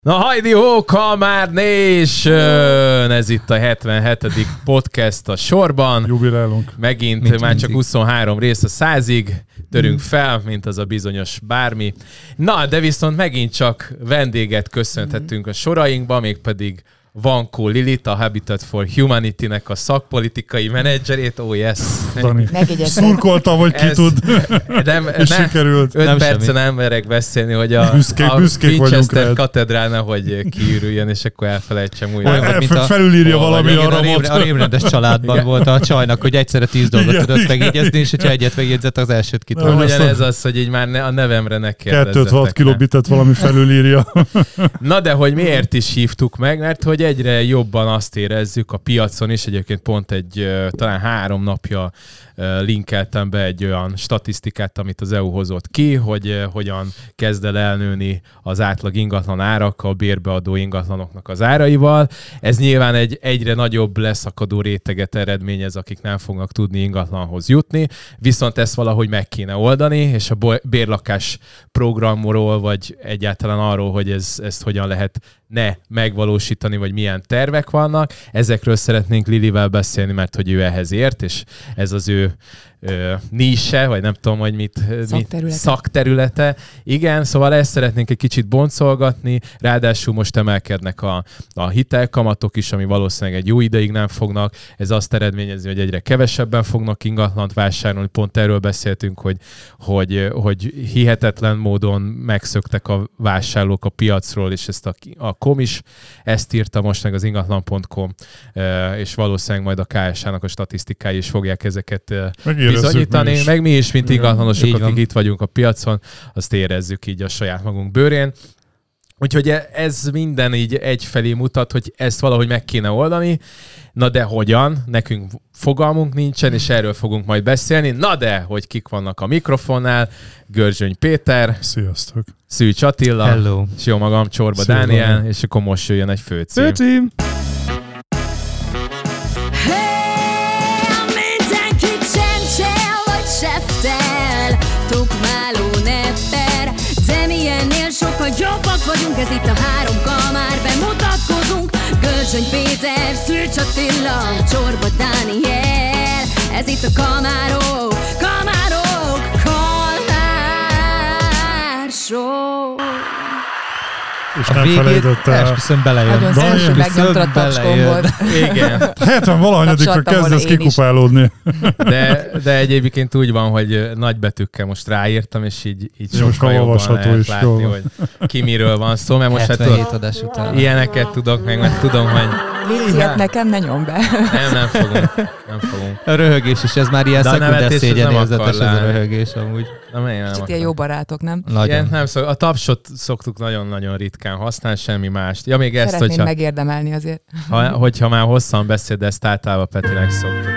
Na hajdi ho, Kalmár Nation! Ez itt a 77. podcast a sorban. Jubilálunk. Megint már csak 23 rész a 100-ig. Törünk fel, mint az a bizonyos bármi. Na, de viszont megint csak vendéget köszönhetünk a sorainkba, mégpedig Vankó Lilit, a Habitat for Humanity-nek a szakpolitikai menedzserét. Oh yes! Dani, szurkoltam, hogy ki tud. És sikerült. 5 percen nem merek beszélni, hogy a Winchester katedrál nehogy kiürüljön, és akkor elfelejtsem újra. Felülírja valami a ramot. A rémrendes családban volt a csajnak, hogy egyszerre 10 dolgot tudott megjegyezni, és hogyha egyet megjegyzett, az elsőt kitudott. Ugyan ez az, hogy így már a nevemre ne kérdezzetek. 2-6 kilobitet valami felülírja. Na de hogy miért is hívtuk meg? Mert hogy egyre jobban azt érezzük a piacon is, egyébként pont talán 3 napja linkeltem be egy olyan statisztikát, amit az EU hozott ki, hogy hogyan kezd el elnőni az átlag ingatlan árak a bérbeadó ingatlanoknak az áraival. Ez nyilván egy egyre nagyobb leszakadó réteget eredményez, akik nem fognak tudni ingatlanhoz jutni, viszont ezt valahogy meg kéne oldani, és a bérlakás programról, vagy egyáltalán arról, hogy ezt hogyan lehet megvalósítani, vagy milyen tervek vannak. Ezekről szeretnénk Lilivel beszélni, mert hogy ő ehhez ért, és ez az ő níse, vagy nem tudom, hogy mit szakterülete. Igen, szóval ezt szeretnénk egy kicsit boncolgatni, ráadásul most emelkednek a hitelkamatok is, ami valószínűleg egy jó ideig nem fognak. Ez azt eredményezi, hogy egyre kevesebben fognak ingatlant vásárolni. Pont erről beszéltünk, hogy hihetetlen módon megszöktek a vásárlók a piacról, és ezt a kom is ezt írta most meg az ingatlan.com, és valószínűleg majd a KSH-nak a statisztikái is fogják ezeket bizonyítani, meg mi is, mint ingatlanosok, akik itt vagyunk a piacon, azt érezzük így a saját magunk bőrén. Úgyhogy ez minden így egyfelé mutat, hogy ezt valahogy meg kéne oldani. Na de hogyan? Nekünk fogalmunk nincsen, és erről fogunk majd beszélni. Na de, hogy kik vannak a mikrofonnál. Görzsöny Péter. Sziasztok. Szűcs Attila. Hello. És jó magam, Csorba Dániel. És akkor most jöjjön egy főcím. Főcím! Sokkal jobbak vagyunk, ez itt a 3 Kalmár, bemutatkozunk. Görzsöny Péter, Szűcs Attila, Csorba Dániel. Ez itt a Kalmárok, Kalmár Show. És nem felejtette el. Esküszöm belejön. Nagyon szépen megnyomtad a tapskomból. Igen. 70-valahanyadikra kezdesz kikupálódni. De egyébként úgy van, hogy nagybetűkkel most ráírtam, és így sokkal jobban lehet látni, hogy ki miről van szó. Mert most 77 adás után. Ilyeneket tudok meg, mert tudom, hogy... Léciát nekem ne nyom be. Nem fogunk. A röhögés is, ez már ilyen szekunder szégyenérzetes, ez a röhögés amúgy. Kicsit ilyen jó barátok, nem? Igen, nem a tapsot szoktuk nagyon-nagyon ritkán használni, semmi mást. Ja, még ezt, szeretném megérdemelni azért. Hogyha már hosszan beszél, de ezt általában Petinek szoktuk.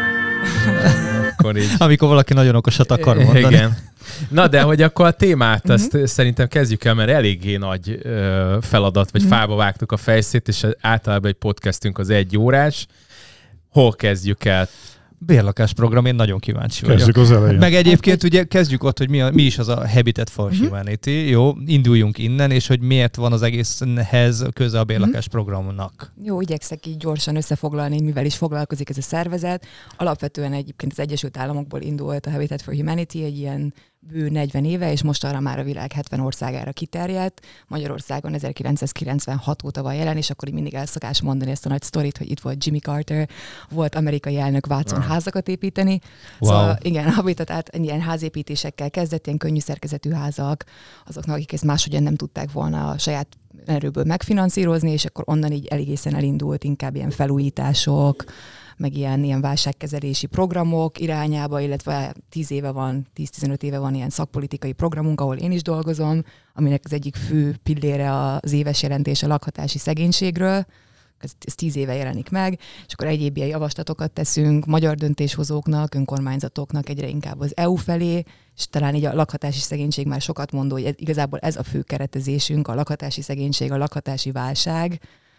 Akkor így... Amikor valaki nagyon okosat akar mondani. Igen. Na de, hogy akkor a témát, azt szerintem kezdjük el, mert eléggé nagy feladat, vagy fába vágtuk a fejszét, és általában egy podcastünk az 1 órás. Hol kezdjük el? Bérlakásprogram, én nagyon kíváncsi vagyok. Kezdjük az elején. Meg egyébként ugye kezdjük ott, hogy mi is az a Habitat for Humanity, jó? Induljunk innen, és hogy miért van az egészhez köze a bérlakásprogramnak. Jó, igyekszek így gyorsan összefoglalni, mivel is foglalkozik ez a szervezet. Alapvetően egyébként az Egyesült Államokból indult a Habitat for Humanity, egy ilyen bő 40 éve, és most arra már a világ 70 országára kiterjedt. Magyarországon 1996 óta van jelen, és akkor így mindig el szokás mondani ezt a nagy sztorit, hogy itt volt Jimmy Carter, volt amerikai elnök Watson házakat építeni. Wow. Szóval igen, a Habitat ilyen házépítésekkel kezdett, ilyen könnyű szerkezetű házak, azoknak, akik ezt máshogyan nem tudták volna a saját erőből megfinanszírozni, és akkor onnan így egészen elindult inkább ilyen felújítások, meg ilyen válságkezelési programok irányába, illetve 10-15 éve van ilyen szakpolitikai programunk, ahol én is dolgozom, aminek az egyik fő pillére az éves jelentés a lakhatási szegénységről. Ez 10 éve jelenik meg, és akkor egyéb ilyen javaslatokat teszünk magyar döntéshozóknak, önkormányzatoknak egyre inkább az EU felé, és talán így a lakhatási szegénység már sokat mondó, hogy igazából ez a fő keretezésünk, a lakhatási szegénység, a lakhatási válság,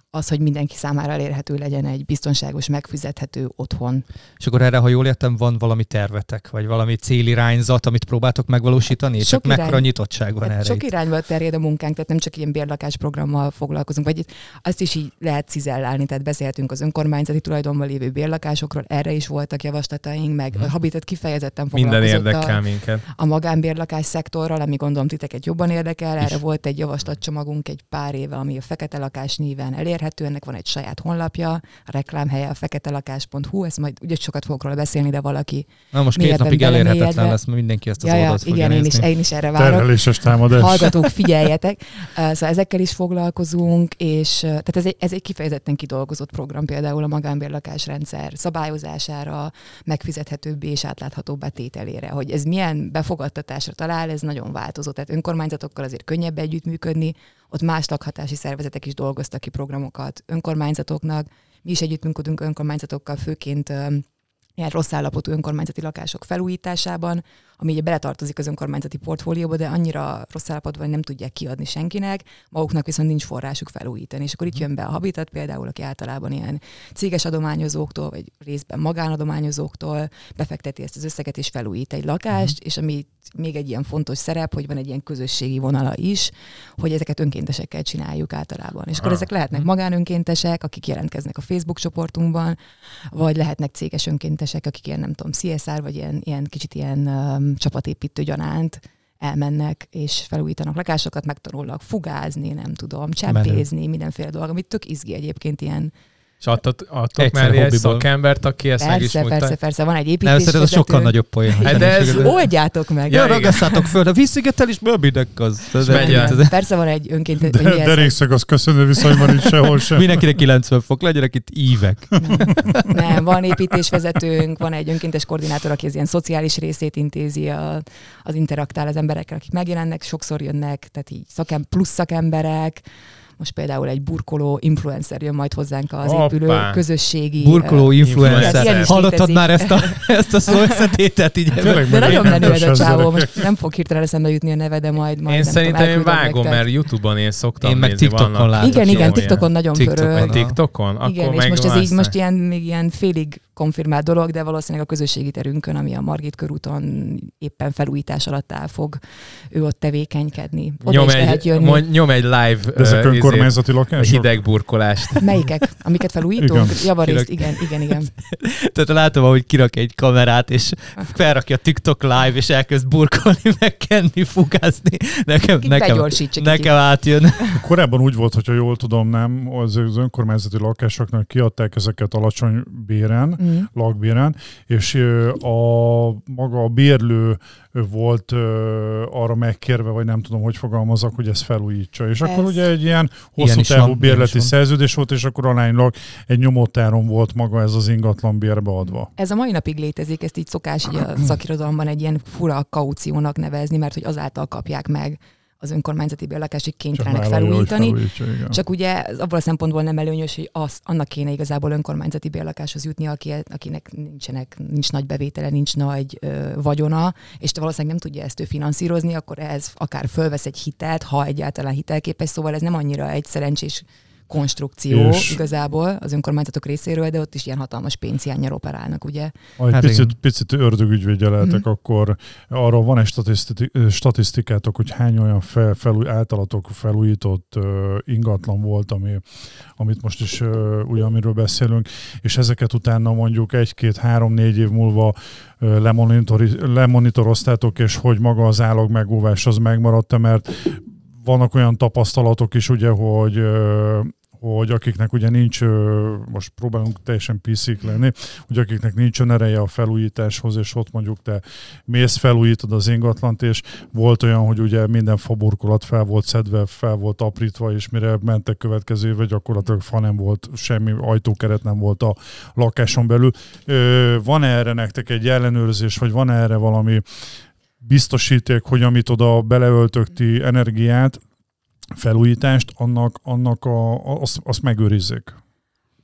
az, hogy mindenki számára elérhető legyen egy biztonságos, megfizethető otthon. És akkor erre, ha jól értem, van valami tervetek, vagy valami célirányzat, amit próbáltok megvalósítani? Csak mekkora nyitottság van erre? Sok irányba terjed a munkánk, tehát nem csak ilyen bérlakásprogrammal foglalkozunk, vagy azt is így lehet cizellálni, tehát beszélhetünk az önkormányzati tulajdonban lévő bérlakásokról, erre is voltak javaslataink, meg a Habitat kifejezetten foglalkozott minden érdekel minket. A magánbérlakás szektorral, ami gondolom titeket jobban érdekel, erre volt egy javaslatcsomagunk egy pár éve, ami a Fekete Lakás néven elérhető, ennek van egy saját honlapja, a reklámhelye a feketelakás.hu, ezt majd ugye sokat fogok róla beszélni, de valaki na most 2 napig elérhetetlen lesz, mert mindenki ezt az oldalt fogja igen, nézni. én is erre várok. Terheléses támadás. Hallgatók, figyeljetek. Szóval ezekkel is foglalkozunk, és tehát ez egy kifejezetten kidolgozott program például a magánbérlakásrendszer szabályozására, megfizethetőbbé és átláthatóbbá tételére. Hogy ez milyen befogadtatásra talál, ez nagyon változó. Tehát önkormányzatokkal azért könnyebb együttműködni, ott más lakhatási szervezetek is dolgoztak ki programokat önkormányzatoknak. Mi is együttműködünk önkormányzatokkal, főként ilyen rossz állapotú önkormányzati lakások felújításában, ami ugye beletartozik az önkormányzati portfólióba, de annyira rossz állapotban, hogy nem tudják kiadni senkinek, maguknak viszont nincs forrásuk felújítani. És akkor itt jön be a Habitat például, aki általában ilyen céges adományozóktól, vagy részben magánadományozóktól befekteti ezt az összeget és felújít egy lakást, és ami még egy ilyen fontos szerep, hogy van egy ilyen közösségi vonala is, hogy ezeket önkéntesekkel csináljuk általában. És akkor ezek lehetnek magánönkéntesek, akik jelentkeznek a Facebook csoportunkban, vagy lehetnek céges önkéntesek, akik ilyen, nem tudom, CSR, vagy ilyen kicsit ilyen csapatépítő gyanánt elmennek, és felújítanak lakásokat, megtanulnak fugázni, nem tudom, csempézni, mindenféle dolog, amit tök izgi egyébként ilyen. És adtok mellé egy szakembert, aki ezt meg is mutatja? Persze, van egy építésvezető. Ez sokkal nagyobb poén. De oldjátok meg. Ja, ragasszátok föl, de vízszigetel is bőbidek az. Persze van egy önként. Derékszög az köszönő viszonyban is sehol sem. Mindenkinek 90 fok, legyenek itt ívek. Nem, van építésvezetőnk, van egy önkéntes koordinátor, aki az ilyen szociális részét intézi, az interaktál az emberekkel, akik megjelennek, sokszor jönnek, tehát így plusz szakemberek. Most például egy burkoló influencer jön majd hozzánk az épülő közösségi... Burkoló influencer. Hallottad már ezt a szóösszetételt így? De nagyon menő ez a csávó. Most nem fog hirtelen eszembe jutni a neve, de majd én szerintem én vágom, mert YouTube-on én szoktam nézni. Én meg TikTokon látom. Igen, TikTokon nagyon pörög. TikTokon? Igen, és most ez így most ilyen félig konfirmált dolog, de valószínűleg a közösségi terünkön, ami a Margit körúton éppen felújítás alatt áll, fog ő ott tevékenykedni. Nyom egy live önkormányzati lakások? Hideg burkolást. Melyikek? Amiket felújítunk? Javarészt, igen. Tehát látom, ahogy kirak egy kamerát, és felrakja a TikTok live, és elkezd burkolni, megkenni, fugázni. Nekem átjön. Korábban úgy volt, hogyha jól tudom, nem, az önkormányzati lakásoknak kiadták ezeket alacsony béren, lakbéren, és maga a bérlő volt arra megkérve, vagy nem tudom, hogy fogalmazok, hogy ezt felújítsa. És akkor ugye egy ilyen hosszú távú bérleti szerződés volt, és akkor aránylag egy nyomótáron volt maga ez az ingatlan bérbe adva. Ez a mai napig létezik, ezt így szokás így a szakirodalomban egy ilyen fura kauciónak nevezni, mert hogy azáltal kapják meg az önkormányzati bérlakásig kénytelenek felújítani. Csak ugye abból a szempontból nem előnyös, hogy annak kéne igazából önkormányzati bérlakáshoz jutni, akinek nincs nagy bevétele, nincs nagy vagyona, és valószínűleg nem tudja ezt ő finanszírozni, akkor ez akár fölvesz egy hitelt, ha egyáltalán hitelképes, szóval ez nem annyira egy szerencsés konstrukció igazából az önkormányzatok részéről, de ott is ilyen hatalmas pénzhiánnyal operálnak, ugye? Picit ördögügyvédje lehetek, akkor arról van egy statisztikátok, hogy hány olyan általatok felújított ingatlan volt, amit most is ugye, amiről beszélünk, és ezeket utána mondjuk 1-2-3-4 év múlva lemonitoroztátok, és hogy maga az állag megóvás az megmaradt, mert vannak olyan tapasztalatok is, ugye, hogy akiknek ugye nincs, most próbálunk teljesen PC-k lenni, hogy akiknek nincs önereje a felújításhoz, és ott mondjuk te mész, felújítod az ingatlant, és volt olyan, hogy ugye minden faburkolat fel volt szedve, fel volt aprítva, és mire mentek következő évre, gyakorlatilag fa nem volt, semmi ajtókeret nem volt a lakáson belül. Van erre nektek egy ellenőrzés, vagy van erre valami biztosíték, hogy amit oda beleöltök ti energiát, felújítást, azt megőrizzék?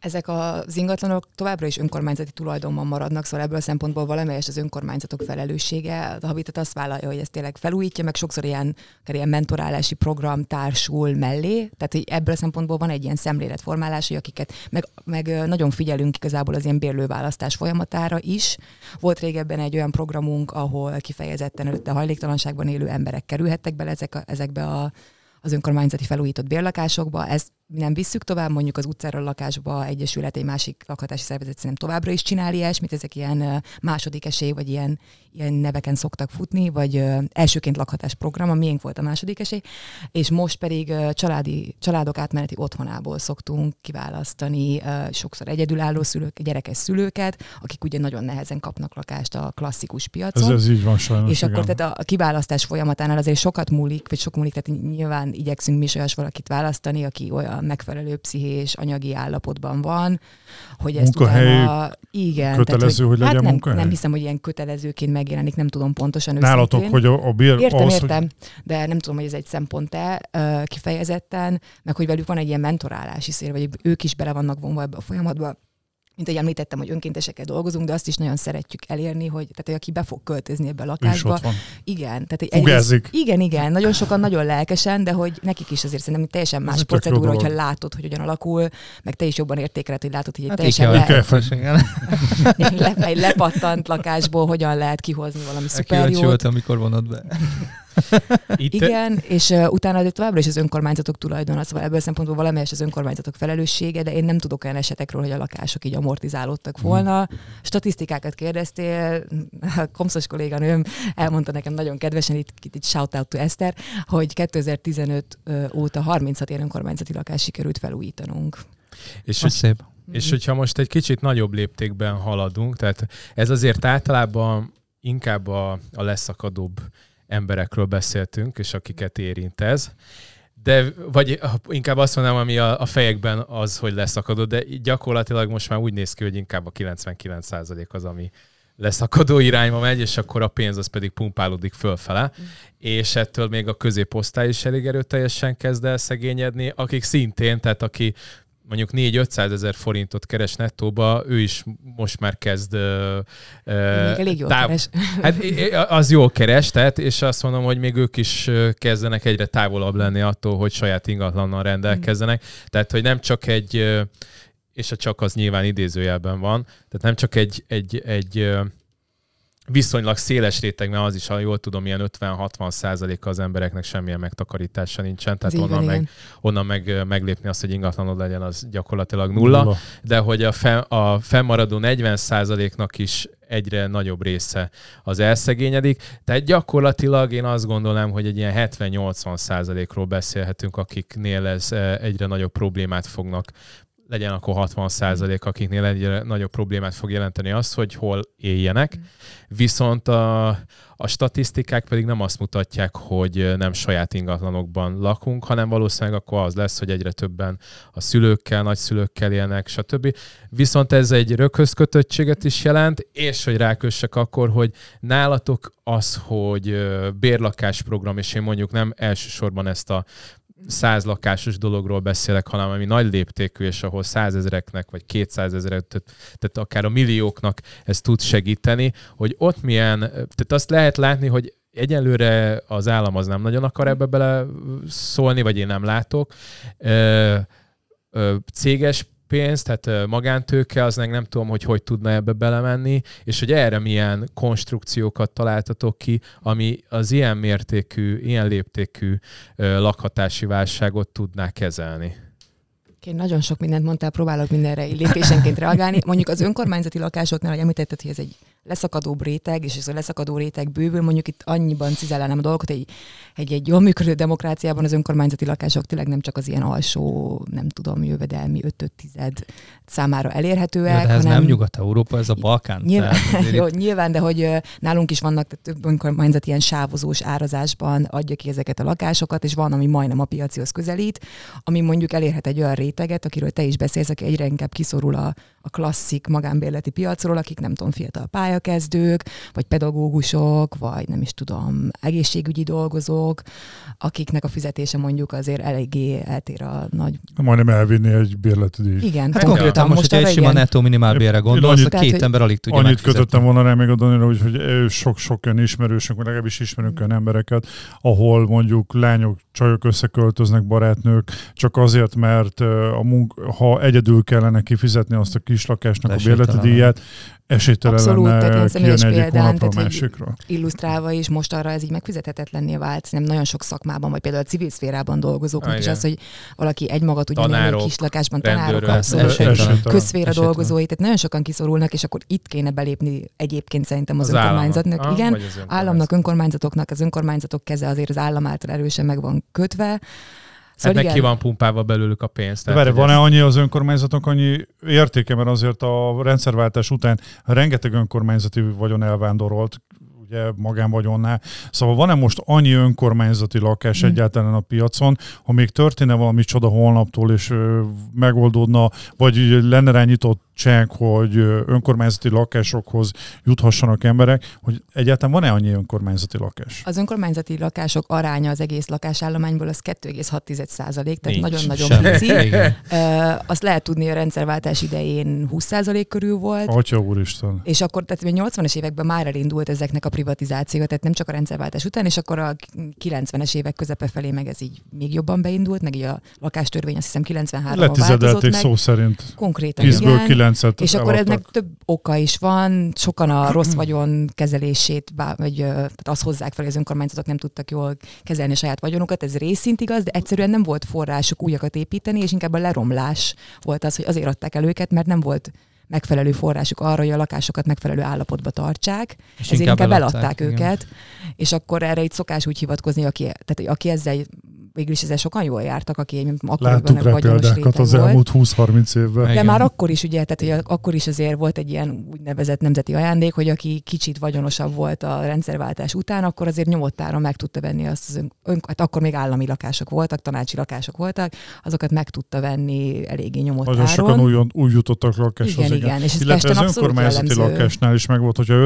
Ezek az ingatlanok továbbra is önkormányzati tulajdonban maradnak, szóval ebből a szempontból valamelyes az önkormányzatok felelőssége. A Habitat azt vállalja, hogy ezt tényleg felújítja, meg sokszor ilyen mentorálási program társul mellé. Tehát hogy ebből a szempontból van egy ilyen szemléletformálás, hogy akiket meg nagyon figyelünk igazából az ilyen bérlőválasztás folyamatára is. Volt régebben egy olyan programunk, ahol kifejezetten előtte hajléktalanságban élő emberek kerülhettek bele ezekbe az önkormányzati felújított bérlakásokba. Ezt nem visszük tovább, mondjuk az utcáról lakásba egyesület, egy másik lakhatási szervezet szerintem továbbra is csinál ilyesmit, ezek ilyen második esély, vagy ilyen neveken szoktak futni, vagy elsőként lakhatás program, a miénk volt a második esély, és most pedig családok átmeneti otthonából szoktunk kiválasztani sokszor egyedülálló gyerekes szülőket, akik ugye nagyon nehezen kapnak lakást a klasszikus piacon. Ez így van sajnos. És akkor tehát a kiválasztás folyamatánál azért sok múlik, tehát nyilván igyekszünk mi is olyas valakit választani, aki olyan megfelelő pszichés, anyagi állapotban van, hogy ezt utána... Igen, kötelező, tehát, hogy legyen munkahely? Nem hiszem, hogy ilyen kötelezőként megjelenik, nem tudom pontosan nálatok, őszintén. hogy a bér... Értem, de nem tudom, hogy ez egy szempont-e kifejezetten, meg hogy velük van egy ilyen mentorálási szél, vagy ők is bele vannak vonva ebbe a folyamatba. Mint ahogy említettem, hogy önkéntesekkel dolgozunk, de azt is nagyon szeretjük elérni, hogy aki be fog költözni ebbe a lakásba. Igen. Igen. Nagyon sokan nagyon lelkesen, de hogy nekik is azért szerintem teljesen más procedúra, hogyha látod, hogy hogyan alakul, meg te is jobban értékeled, hogy látod, hogy egy teljesen egy lepattant lakásból hogyan lehet kihozni valami szuper jót. amikor vonod be. Igen, és utána továbbra is az önkormányzatok tulajdona, szóval ebből a szempontból valamelyes az önkormányzatok felelőssége, de én nem tudok olyan esetekről, hogy a lakások így amortizálódtak volna. Statisztikákat kérdeztél, a komszos kolléganőm elmondta nekem nagyon kedvesen, itt shout out to Eszter, hogy 2015 óta 36 ilyen önkormányzati lakást sikerült felújítanunk. És hogyha most egy kicsit nagyobb léptékben haladunk, tehát ez azért általában inkább a leszakadóbb emberekről beszéltünk, és akiket érint ez. De, vagy inkább azt mondanám, ami a fejekben az, hogy leszakadó, de gyakorlatilag most már úgy néz ki, hogy inkább a 99% az, ami leszakadó irányba megy, és akkor a pénz az pedig pumpálódik fölfele, és ettől még a középosztály is elég erőteljesen kezd el szegényedni, akik szintén, tehát aki mondjuk 4-500 ezer forintot keres nettóba, ő is most már kezd... még elég jól keres. Hát az jól keres, tehát, és azt mondom, hogy még ők is kezdenek egyre távolabb lenni attól, hogy saját ingatlannal rendelkezzenek. Tehát, hogy nem csak egy, és a csak az nyilván idézőjelben van, tehát nem csak egy viszonylag széles réteg, mert az is, ha jól tudom, ilyen 50-60% az embereknek semmilyen megtakarítása nincsen, tehát onnan meglépni azt, hogy ingatlanod legyen, az gyakorlatilag nulla. De hogy a fennmaradó 40%-nak is egyre nagyobb része az elszegényedik. Tehát gyakorlatilag én azt gondolom, hogy egy ilyen 70-80%-ról beszélhetünk, akiknél ez egyre nagyobb problémát fognak, legyen akkor 60%, akiknél egyre nagyobb problémát fog jelenteni az, hogy hol éljenek. Viszont a statisztikák pedig nem azt mutatják, hogy nem saját ingatlanokban lakunk, hanem valószínűleg akkor az lesz, hogy egyre többen a szülőkkel, nagyszülőkkel élnek, stb. Viszont ez egy röghözkötöttséget is jelent, és hogy rákössek akkor, hogy nálatok az, hogy bérlakásprogram, és én mondjuk nem elsősorban ezt a 100 lakásos dologról beszélek, hanem ami nagy léptékű, és ahol 100 000-eknek, vagy 200 000, tehát akár a millióknak ez tud segíteni, hogy ott milyen, tehát azt lehet látni, hogy egyelőre az állam az nem nagyon akar ebbe bele szólni, vagy én nem látok. Céges pénz, tehát magántőke, az nem tudom, hogy tudna ebbe belemenni, és hogy erre milyen konstrukciókat találtatok ki, ami az ilyen mértékű, ilyen léptékű lakhatási válságot tudná kezelni. Én nagyon sok mindent mondtál, próbálok mindenre lépésenként reagálni. Mondjuk az önkormányzati lakásoknál, hogy említetted, hogy ez egy leszakadó réteg, és ez a leszakadó réteg bővül, mondjuk itt annyiban cizellálnám a dolgokat, egy jól működő demokráciában az önkormányzati lakások tényleg nem csak az ilyen alsó, nem tudom, jövedelmi 5-10 számára elérhetőek. Ja, de ez hanem... nem Nyugat-Európa, ez a Balkán. Nyilván, de hogy nálunk is vannak több önkormányzat ilyen sávozós árazásban adja ki ezeket a lakásokat, és van, ami majdnem a piacihoz közelít, ami mondjuk elérhet egy olyan réteget, akiről te is beszélsz, aki egyre inkább kiszorul a a klasszik magánbérleti piacról, akik nem tudom, fiatal pályakezdők, vagy pedagógusok, vagy nem is tudom, egészségügyi dolgozók, akiknek a fizetése mondjuk azért eléggé eltér a nagy... Majdnem elvinni egy bérleti díj. Igen, hát konkrétan most egy sima nettó minimálbérre gondolsz, a két ember alig tudja annyit megfizetni. kötöttem volna rá még a Danira, hogy sok olyan ismerősünk, vagy legalábbis ismerünk olyan embereket, ahol mondjuk lányok, csajok összeköltöznek, barátnők, csak azért, mert ha egyedül kellene kifizetni azt a kislakásnak a bérleti díjat, esélytelen lenne kijönni egyik hónapra a másikra. Illusztrálva is most arra ez így megfizethetetlenné vált. Nem nagyon sok szakmában, vagy például a civil szférában dolgozóknak is az, hogy valaki egymaga tudja élni kislakásban, tanárok, közszféra dolgozói, tehát nagyon sokan kiszorulnak, és akkor itt kéne belépni egyébként szerintem az önkormányzatnak. Igen, államnak, önkormányzatoknak, az önkormányzatok keze azért az állam által erősen meg van kötve. Szóval meg ki van pumpálva belőlük a pénz. De van-e annyi az önkormányzatok, annyi értéke, mert azért a rendszerváltás után rengeteg önkormányzati vagyon elvándorolt, ugye magánvagyonnál. Szóval van-e most annyi önkormányzati lakás egyáltalán a piacon, ha még történne valami csoda holnaptól, és megoldódna, vagy lenne rá nyitottság, hogy önkormányzati lakásokhoz juthassanak emberek, hogy egyáltalán van-e annyi önkormányzati lakás? Az önkormányzati lakások aránya az egész lakásállományból az 2,6%, tehát nagyon-nagyon pici. Azt lehet tudni, a rendszerváltás idején 20% körül volt. Atya úristen. És akkor tehát 80-es években már elindult ezeknek a privatizációja, tehát nem csak a rendszerváltás után, és akkor a 90-es évek közepe felé meg ez így még jobban beindult, meg így a lakástörvény azt hiszem 93-ban változott meg. Szó szerint. Konkrétan, 10-ből 9-et és akkor ennek több oka is van, sokan a rossz vagyon kezelését, vagy tehát azt hozzák fel, hogy az önkormányzatok nem tudtak jól kezelni a saját vagyonukat, ez részint igaz, de egyszerűen nem volt forrásuk újakat építeni, és inkább a leromlás volt az, hogy azért adták el őket, mert nem volt megfelelő forrásuk arra, hogy a lakásokat megfelelő állapotba tartsák, és ezért inkább eladták őket, és akkor erre itt szokás úgy hivatkozni, aki ezzel végül is ezzel sokan jól jártak, aki láttuk rá példákat az elmúlt 20-30 évben. De már akkor is, ugye, tehát hogy akkor is azért volt egy ilyen úgynevezett nemzeti ajándék, hogy aki kicsit vagyonosabb volt a rendszerváltás után, akkor azért nyomottáron meg tudta venni azt hát akkor még állami lakások voltak, tanácsi lakások voltak, azokat meg tudta venni eléggé nyomottáron. Nagyon sokan úgy jutottak lakáshoz. Igen. És illetve az önkormányzati lakásnál is megvolt, hogyha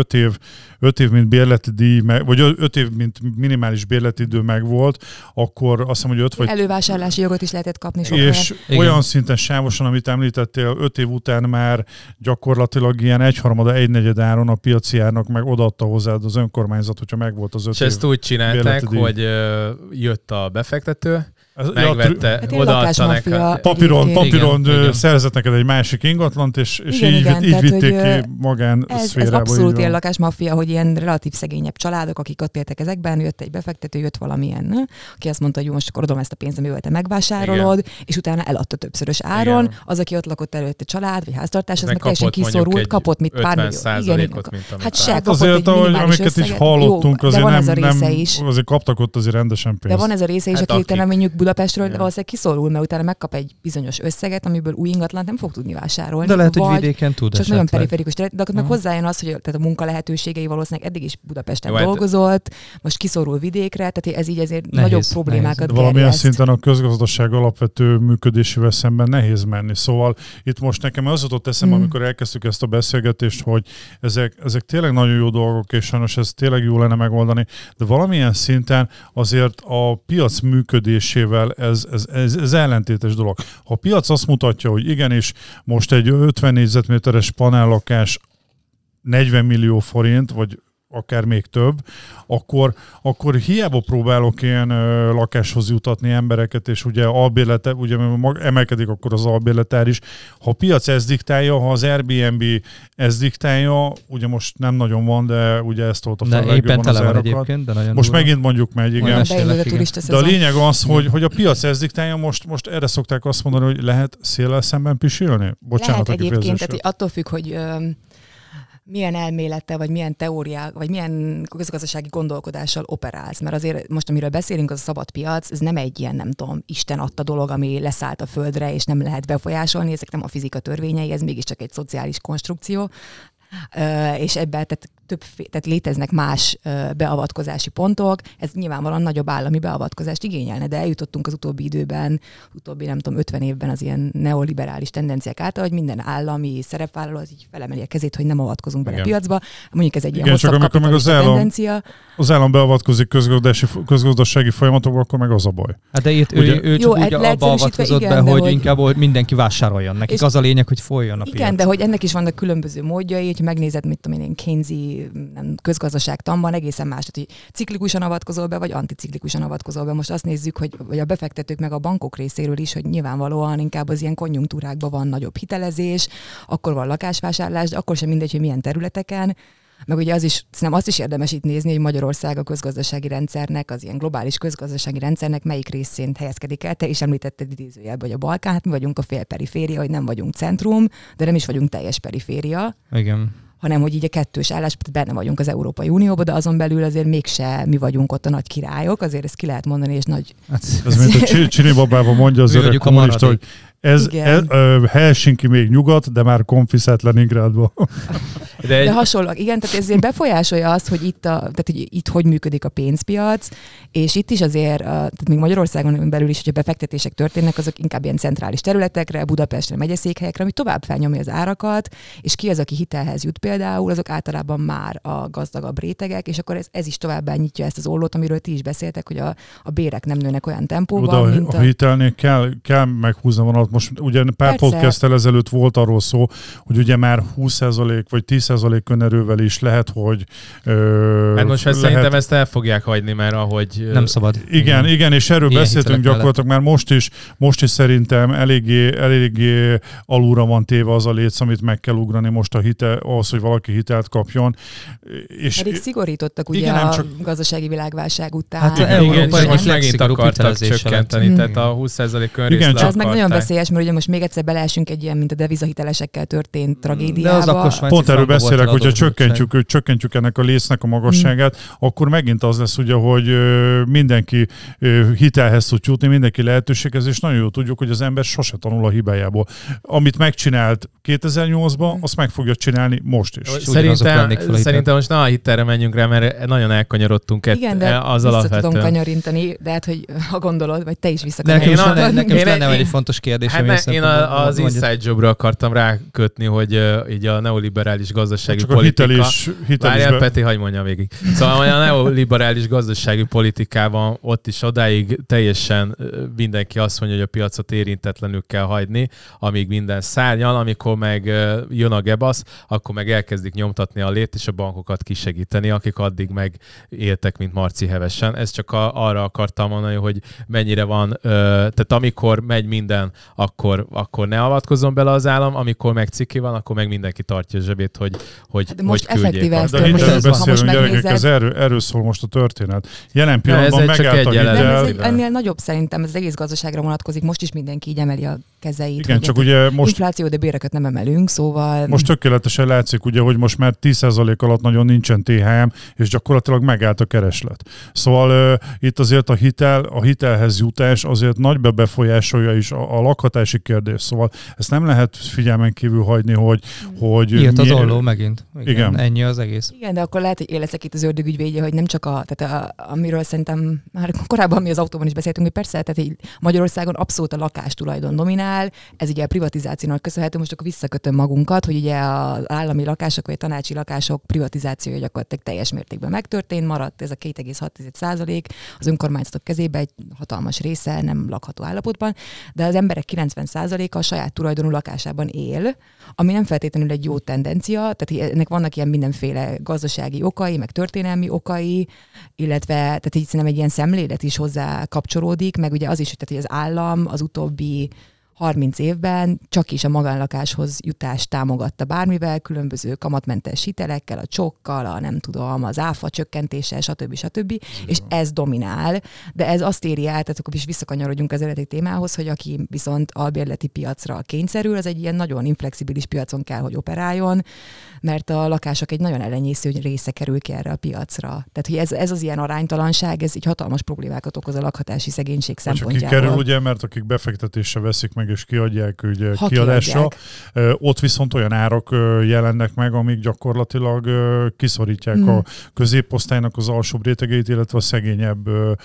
5 év mint bérleti díj, vagy 5 év mint minimális bérleti idő megvolt, akkor azt hiszem, hogy 5 vagy... Elővásárlási jogot is lehetett kapni sokkal. És olyan szinten sávosan, amit említettél, 5 év után már gyakorlatilag ilyen 1/3-1/4 áron a piaci árnak meg odaadta hozzád az önkormányzat, hogyha megvolt az 5 év. És ezt úgy csinálták, hogy jött a befektető, megvette, odaadta neked. Papíron szerzett neked egy másik ingatlant, és így vitték ki magánszférába. Ez abszolút ilyen lakásmaffia, hogy ilyen relatív szegényebb családok, akik ott éltek ezekben, jött egy befektető, jött valamilyen, aki azt mondta, hogy jó, most akkor adom ezt a pénzt, amivel te megvásárolod, és utána eladta többszörös áron. Igen. Az, aki ott lakott előtte család, vagy háztartás, az meg teljesen kiszorult, kapott mit pár millió. Hát se kapott azért, amiket is hallottunk, azért kaptak ott azért rendesen pénzt. De van ez a része is, aki mondjuk Budapestről, de valószínűleg kiszorul, mert utána megkap egy bizonyos összeget, amiből új ingatlant nem fog tudni vásárolni. De lehet, hogy vidéken tud csak nagyon periférikus terület, de akkor meg hozzájön az, hogy tehát a munka lehetőségei valószínűleg eddig is Budapesten dolgozott, most kiszorul vidékre, tehát ez így ezért nagyobb problémákat gerjeszt. Valamilyen szinten a közgazdaság alapvető működésével szemben nehéz menni. Szóval itt most nekem az jutott eszembe, amikor elkezdtük ezt a beszélgetést, hogy ezek tényleg nagyon jó dolgok, és sajnos ez tényleg jó lenne megoldani, de valamilyen szinten azért a piac működésével ez ellentétes dolog. Ha a piac azt mutatja, hogy igenis most egy 50 négyzetméteres panellakás 40 millió forint, vagy akár még több, akkor hiába próbálok ilyen lakáshoz jutatni embereket, és ugye albérlete, ugye emelkedik akkor az albérletár is. Ha a piac ezt diktálja, ha az Airbnb ezt diktálja, ugye most nem nagyon van, de ugye ezt tolta fel legjobban az árakat. Most megint mondjuk megy, igen. De a lényeg az, hogy a piac ezt diktálja, most erre szokták azt mondani, hogy lehet széllel szemben pisilni? Bocsánat, lehet egyébként, tehát attól függ, hogy milyen elmélettel, vagy milyen teóriák, vagy milyen közgazdasági gondolkodással operálsz. Mert azért most, amiről beszélünk, az a szabad piac, ez nem egy ilyen, nem tudom, Isten adta dolog, ami leszállt a földre, és nem lehet befolyásolni, ezek nem a fizika törvényei, ez mégiscsak egy szociális konstrukció. És ebben tehát tehát léteznek más beavatkozási pontok, ez nyilvánvalóan nagyobb állami beavatkozást igényelne, de eljutottunk az utóbbi időben, nem tudom, 50 évben az ilyen neoliberális tendenciák által, hogy minden állami szerepvállaló az így felemeli a kezét, hogy nem avatkozunk bele a piacba. Mondjuk ez egy ilyen hosszabb kapitalista tendencia. Az állam beavatkozik közgazdasági folyamatokba, akkor meg az a baj. Hát de itt ő csak úgy abba avatkozott be, hogy inkább mindenki vásároljon. Nekik az a lényeg, hogy folyjon a piac. Igen, de hogy ennek is vannak különböző módjai, hogyha megnézed, mit tudom én, Keynesi közgazdaságtanban egészen más, tehát, hogy ciklikusan avatkozol be, vagy anticiklikusan avatkozol be. Most azt nézzük, hogy a befektetők meg a bankok részéről is, hogy nyilvánvalóan inkább az ilyen konjunktúrákban van nagyobb hitelezés, akkor van lakásvásárlás, de akkor sem mindegy, hogy milyen területeken. Meg ugye azt is érdemes itt nézni, hogy Magyarország a közgazdasági rendszernek, az ilyen globális közgazdasági rendszernek melyik részén helyezkedik el. Te is említetted idézőjelben, hogy a Balkán, hát mi vagyunk a félperiféria, hogy nem vagyunk centrum, de nem is vagyunk teljes periféria. Igen. Hanem hogy így a kettős állás, benne vagyunk az Európai Unióban, de azon belül azért mégse mi vagyunk ott a nagy királyok, azért ezt ki lehet mondani, és nagy... Ez mint a Csini babában mondja az öreg kommunista, hogy ez Helsinki még nyugat, de már konfiszett Leningrádba. De hasonlóak, igen, tehát ezért befolyásolja azt, hogy itt hogy működik a pénzpiac, és itt is azért, tehát még Magyarországon belül is, hogyha befektetések történnek, azok inkább ilyen centrális területekre, Budapestre, megyeszékhelyekre, ami tovább felnyomja az árakat, és ki az, aki hitelhez jut például, azok általában már a gazdagabb rétegek, és akkor ez is tovább nyitja ezt az ollót, amiről ti is beszéltek, hogy a bérek nem nőnek olyan tempóban, mint a hitelnél kell meghúzni vonalat. Most ugye pár podcasttel ezelőtt volt arról szó, hogy ugye már 20% vagy 10% önerővel is lehet, hogy... Hát most szerintem ezt el fogják hagyni, mert ahogy... Nem szabad. Igen, és erről beszéltünk gyakorlatilag, már most is szerintem eléggé alulra van téve az a léc, amit meg kell ugrani most ahhoz, hogy valaki hitelt kapjon. És pedig szigorítottak ugye a gazdasági világválság után. Hát Európa és megint akartak csökkenteni, tehát a 20% önrészlet akarták. Ez meg nagyon veszélyes, mert ugye most még egyszer beleesünk egy ilyen, mint a devizahitelesekkel történt tragédiába. Pont erről beszélek, hogyha csökkentjük ennek a lécnek a magasságát, akkor megint az lesz ugye, hogy mindenki hitelhez tud jutni, mindenki lehetőséghez, és nagyon jól tudjuk, hogy az ember sose tanul a hibájából. Amit megcsinált 2008-ban, azt meg fogja csinálni most is. Szerintem most ne a hitelre menjünk rá, mert nagyon elkanyarodtunk az alapvetően. Tudom kanyarintani, de hát, hogy ha gondolod, vagy te is visszakanyarintani. Nekem is lenne egy fontos kérdés. Én az Inside Jobra akartam rákötni, hogy így a neoliberális gazdasági politika... Várjál, Peti, hagyj mondjam végig. Szóval a neoliberális gazdasági politikában ott is odáig teljesen mindenki azt mondja, hogy a piacot érintetlenül kell hagyni, amíg minden szárnyal, amikor meg jön a gebasz, akkor meg elkezdik nyomtatni a lét és a bankokat kisegíteni, akik addig meg éltek, mint Marci hevesen. Ez csak arra akartam mondani, hogy mennyire van, tehát amikor megy minden, akkor ne avatkozzon bele az állam, amikor meg ciki van, akkor meg mindenki tartja a zsebét, hogy de most effektíve ezt beszélünk, gyerekek, erről szól most a történet. Jelen pillanatban megállt a hitel. Ennél nagyobb szerintem, ez az egész gazdaságra vonatkozik, most is mindenki így emeli a kezeit. Igen, csak ugye most... Infláció, de béreket nem emelünk, szóval... Most tökéletesen látszik, ugye, hogy most már 10% alatt nagyon nincsen THM, és gyakorlatilag megállt a kereslet. Szóval itt azért a hitelhez jutás azért nagybe befolyásolja is a lakhatási kérdés. Szóval ezt nem lehet figyelmen kívül hagyni, hogy Ilyet az olló megint. Igen. Ennyi az egész. Igen, de akkor lehet, hogy én leszek itt az ördögügyvédje, hogy nem csak amiről szerintem már korábban mi az autóban is beszéltünk, hogy persze, tehát Magyarországon abszolút a lakástulajdon dominál, ez ugye a privatizációnak köszönhető, most akkor visszakötöm magunkat, hogy ugye az állami lakások vagy a tanácsi lakások privatizációja gyakorlatilag teljes mértékben megtörtént, maradt ez a 2,6% az önkormányzatok kezébe, egy hatalmas része nem lakható állapotban, de az emberek 90%-a a saját tulajdonú lakásában él, ami nem feltétlenül egy jó tendencia, tehát ennek vannak ilyen mindenféle gazdasági okai, meg történelmi okai, illetve tehát így szerintem egy ilyen szemlélet is hozzá kapcsolódik, meg ugye az is, hogy az állam az utóbbi 30 évben csak is a magánlakáshoz jutást támogatta bármivel, különböző kamatmentes hitelekkel, a csokkal, az áfa csökkentéssel, stb. És ez dominál, de ez azt éri el, tehát akkor is visszakanyarodjunk az eredeti témához, hogy aki viszont albérleti piacra kényszerül, az egy ilyen nagyon inflexibilis piacon kell, hogy operáljon, mert a lakások egy nagyon ellenyésző része kerül ki erre a piacra. Tehát, hogy ez az ilyen aránytalanság, ez így hatalmas problémákat okoz a lakhatási szegénység szempontjából. Csak ki kerül, ugye, mert akik befektetésre veszik meg meg, és kiadják ugye kiadásra. Ott viszont olyan árak jelennek meg, amik gyakorlatilag kiszorítják a középosztálynak az alsóbb rétegeit, illetve a szegényebb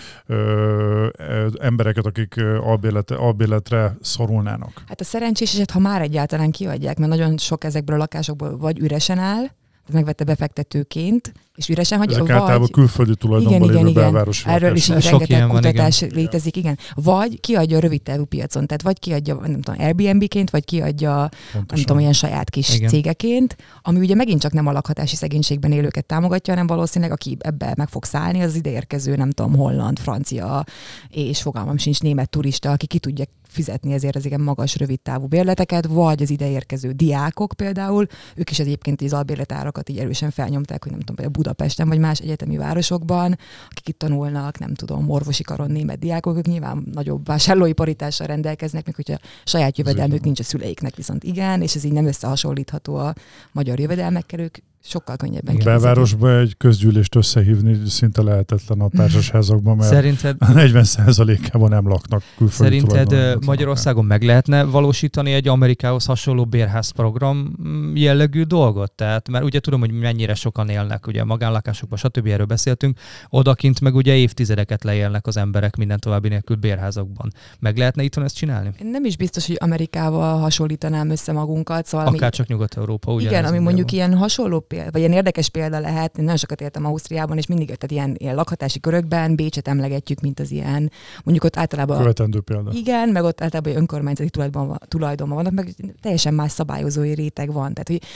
embereket, akik albérletre szorulnának. Hát a szerencsés eset, ha már egyáltalán kiadják, mert nagyon sok ezekből a lakásokból vagy üresen áll, megvette befektetőként, és üresen hagyja. Ezek általában külföldi tulajdonban lévő belvárosi lakás. Erről is rengeteg kutatás létezik, igen. Vagy kiadja a rövidtávú piacon, tehát vagy kiadja, nem tudom, Airbnb-ként, vagy kiadja, nem tudom, ilyen saját kis cégeként, ami ugye megint csak nem a lakhatási szegénységben élőket támogatja, hanem valószínűleg aki ebbe meg fog szállni, az ideérkező, nem tudom, holland, francia, és fogalmam sincs német turista, aki ki tudja fizetni ezért az igen magas rövidtávú bérleteket, vagy az ideérkező diákok például, ők is egyébként az albérletárakat így erősen felnyomták, hogy nem tudom, Budapesten vagy más egyetemi városokban, akik itt tanulnak, nem tudom, orvosi karon német diákok, ők nyilván nagyobb vásárlói paritással rendelkeznek, még hogyha saját jövedelmük nincs a szüleiknek, viszont igen, és ez így nem összehasonlítható a magyar jövedelmekkel, ők sokkal könnyebben kifizetik. Belvárosban egy közgyűlést összehívni szinte lehetetlen a társasházakban, mert szerinted 40%-ában nem laknak külföldi Szerinted tulajdonosok. Magyarországon meg lehetne valósítani egy Amerikához hasonló bérházprogram jellegű dolgot? Tehát, mert ugye tudom, hogy mennyire sokan élnek, ugye a magánlakásokban, stb. Erről beszéltünk, odakint meg ugye évtizedeket leélnek az emberek minden további nélkül bérházakban. Meg lehetne itthon ezt csinálni? Én nem is biztos, hogy Amerikával hasonlítanám össze magunkat. Szóval akár csak Nyugat-Európa. Igen, ami mondjuk ilyen hasonló vagy ilyen érdekes példa lehet, én nagyon sokat éltem Ausztriában, és mindig tehát ilyen lakhatási körökben Bécset emlegetjük, mint az ilyen, mondjuk ott általában... Követendő példa. Igen, meg ott általában önkormányzati tulajdonban vannak, meg teljesen más szabályozói réteg van. Tehát, hogy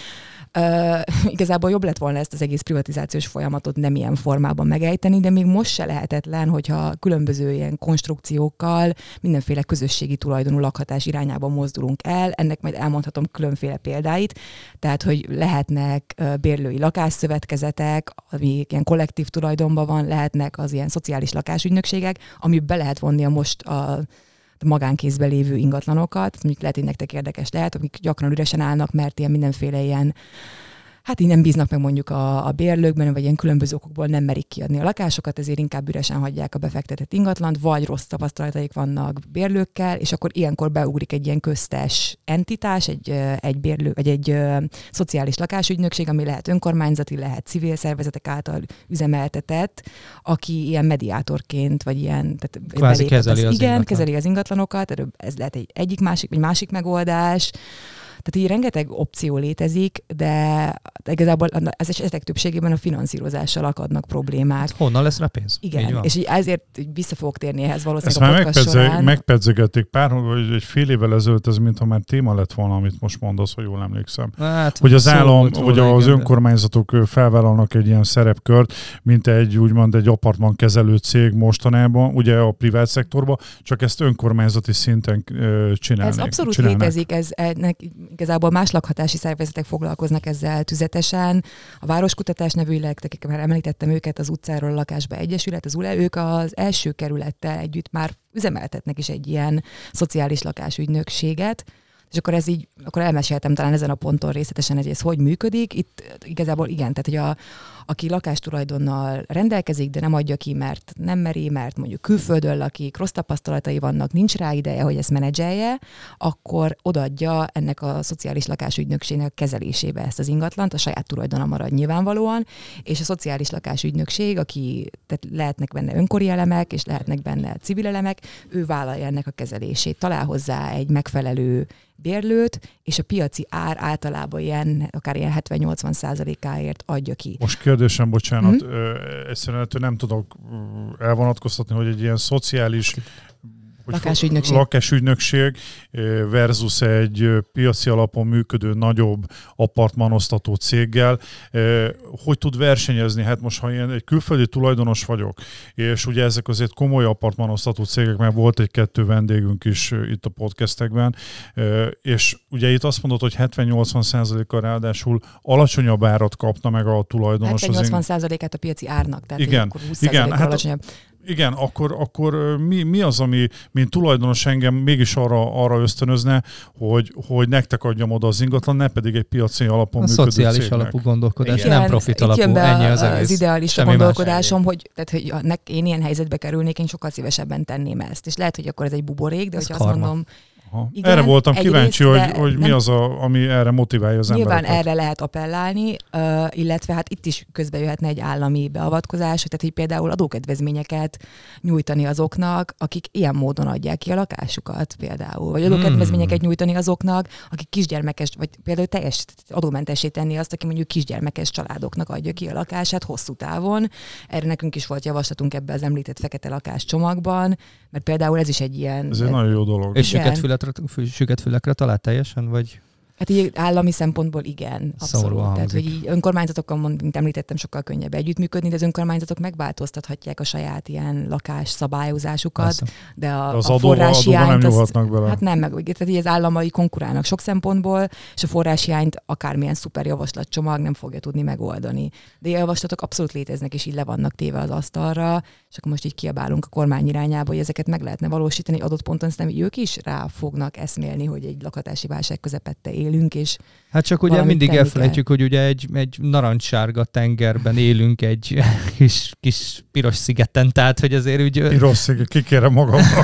igazából jobb lett volna ezt az egész privatizációs folyamatot nem ilyen formában megejteni, de még most se lehetetlen, hogyha különböző ilyen konstrukciókkal mindenféle közösségi tulajdonú lakhatás irányába mozdulunk el. Ennek majd elmondhatom különféle példáit, tehát hogy lehetnek bérlői lakásszövetkezetek, ami ilyen kollektív tulajdonban van, lehetnek az ilyen szociális lakásügynökségek, amiben be lehet vonni a most a magánkézben lévő ingatlanokat, mondjuk lehet, hogy nektek érdekes lehet, amik gyakran üresen állnak, mert ilyen mindenféle ilyen, hát így nem bíznak meg mondjuk a bérlőkben, vagy ilyen különböző okokból nem merik kiadni a lakásokat, ezért inkább üresen hagyják a befektetett ingatlant, vagy rossz tapasztalataik vannak bérlőkkel, és akkor ilyenkor beugrik egy ilyen köztes entitás, egy bérlő, vagy egy szociális lakásügynökség, ami lehet önkormányzati, lehet civil szervezetek által üzemeltetett, aki ilyen mediátorként, vagy ilyen... Tehát kvázi kezeli az igen, kezeli az ingatlanokat, ez lehet egy másik megoldás. Tehát így rengeteg opció létezik, de igazából az esetek többségében a finanszírozással akadnak problémák. Honnan lesz rá pénz? Igen, és így ezért vissza fogok térni ehhez ezt valószínűleg a podcast során. megpedzegették vagy egy fél évvel ezelőtt, ez mintha már téma lett volna, amit most mondasz, hogy jól emlékszem. Hát, hogy az állam, vagy az önkormányzatok felvállalnak egy ilyen szerepkört, mint egy apartmankezelő cég mostanában, ugye a privát szektorban, csak ezt önkormányzati szinten csinálnak. Ez abszolút létezik, igazából más lakhatási szervezetek foglalkoznak ezzel tüzetesen. A Városkutatás nevű illetve, már említettem őket, az Utcáról a Lakásba Egyesület, az ULE, ők az első kerülettel együtt már üzemeltetnek is egy ilyen szociális lakásügynökséget. És akkor elmeséltem talán ezen a ponton részletesen, hogy ez hogy működik. Itt igazából igen, tehát hogy aki lakástulajdonnal rendelkezik, de nem adja ki, mert nem meri, mert mondjuk külföldön lakik, rossz tapasztalatai vannak, nincs rá ideje, hogy ezt menedzselje, akkor odaadja ennek a szociális lakásügynökségnek a kezelésébe ezt az ingatlant, a saját tulajdona marad nyilvánvalóan, és a szociális lakásügynökség, tehát lehetnek benne önkori elemek, és lehetnek benne civil elemek, ő vállalja ennek a kezelését, talál hozzá egy megfelelő bérlőt, és a piaci ár általában akár ilyen 70-80%-áért adja ki. Most kérdésem, bocsánat, egyszerűen nem tudok elvonatkoztatni, hogy egy ilyen szociális lakásügynökség versus egy piaci alapon működő nagyobb apartmanosztató céggel, hogy tud versenyezni? Hát most, ha én egy külföldi tulajdonos vagyok, és ugye ezek azért komoly apartmanosztató cégek, mert volt egy-kettő vendégünk is itt a podcastekben, és ugye itt azt mondod, hogy 70-80%-kal ráadásul alacsonyabb árat kapna meg a tulajdonos. 70-80%-át a piaci árnak, tehát igen, akkor 20%-kal alacsonyabb. Igen, akkor mi az, ami mint tulajdonos engem mégis arra ösztönözne, hogy nektek adjam oda az ingatlan, ne pedig egy piaci alapon működő cégnek. A szociális alapú gondolkodás, igen, nem profit alapú, ennyi az egész. Az idealista gondolkodásom, hogy én ilyen helyzetbe kerülnék, én sokkal szívesebben tenném ezt. És lehet, hogy akkor ez egy buborék, de hogyha azt mondom, Igen, erre voltam kíváncsi, hogy mi nem, az, ami erre motiválja az embereket. Nyilván erre lehet appellálni, illetve hát itt is közbe jöhetne egy állami beavatkozás, tehát hogy például adókedvezményeket nyújtani azoknak, akik ilyen módon adják ki a lakásukat például, vagy adókedvezményeket nyújtani azoknak, akik kisgyermekes, vagy például teljes adómentessé tenni azt, aki mondjuk kisgyermekes családoknak adja ki a lakását hosszú távon. Erre nekünk is volt javaslatunk ebbe az említett fekete lakás csomagban, mert például ez is egy ilyen... Ez egy nagyon jó dolog. És süket fülekre talált teljesen, vagy? Hát így állami szempontból igen, abszolút. Tehát, hogy így önkormányzatokkal, mint említettem, sokkal könnyebb együttműködni, de az önkormányzatok megváltoztathatják a saját ilyen lakás szabályozásukat, Persze. de az forráshiányt... nem nyúlhatnak bele. Hát nem, tehát így az államai konkurálnak sok szempontból, és a forráshiányt akármilyen szuper javaslatcsomag nem fogja tudni megoldani. De a javaslatok abszolút léteznek, és így le vannak téve az asztalra, és akkor most így kiabálunk a kormány irányába, hogy ezeket meg lehetne valósítani adott ponton, aztán ők is rá fognak eszmélni, hogy egy lakhatási válság közepette élünk, és hát csak ugye mindig elfelejtjük, hogy ugye egy narancssárga tengerben élünk egy kis piros szigeten, tehát hogy azért úgy... Piros sziget, kikérem magamnak.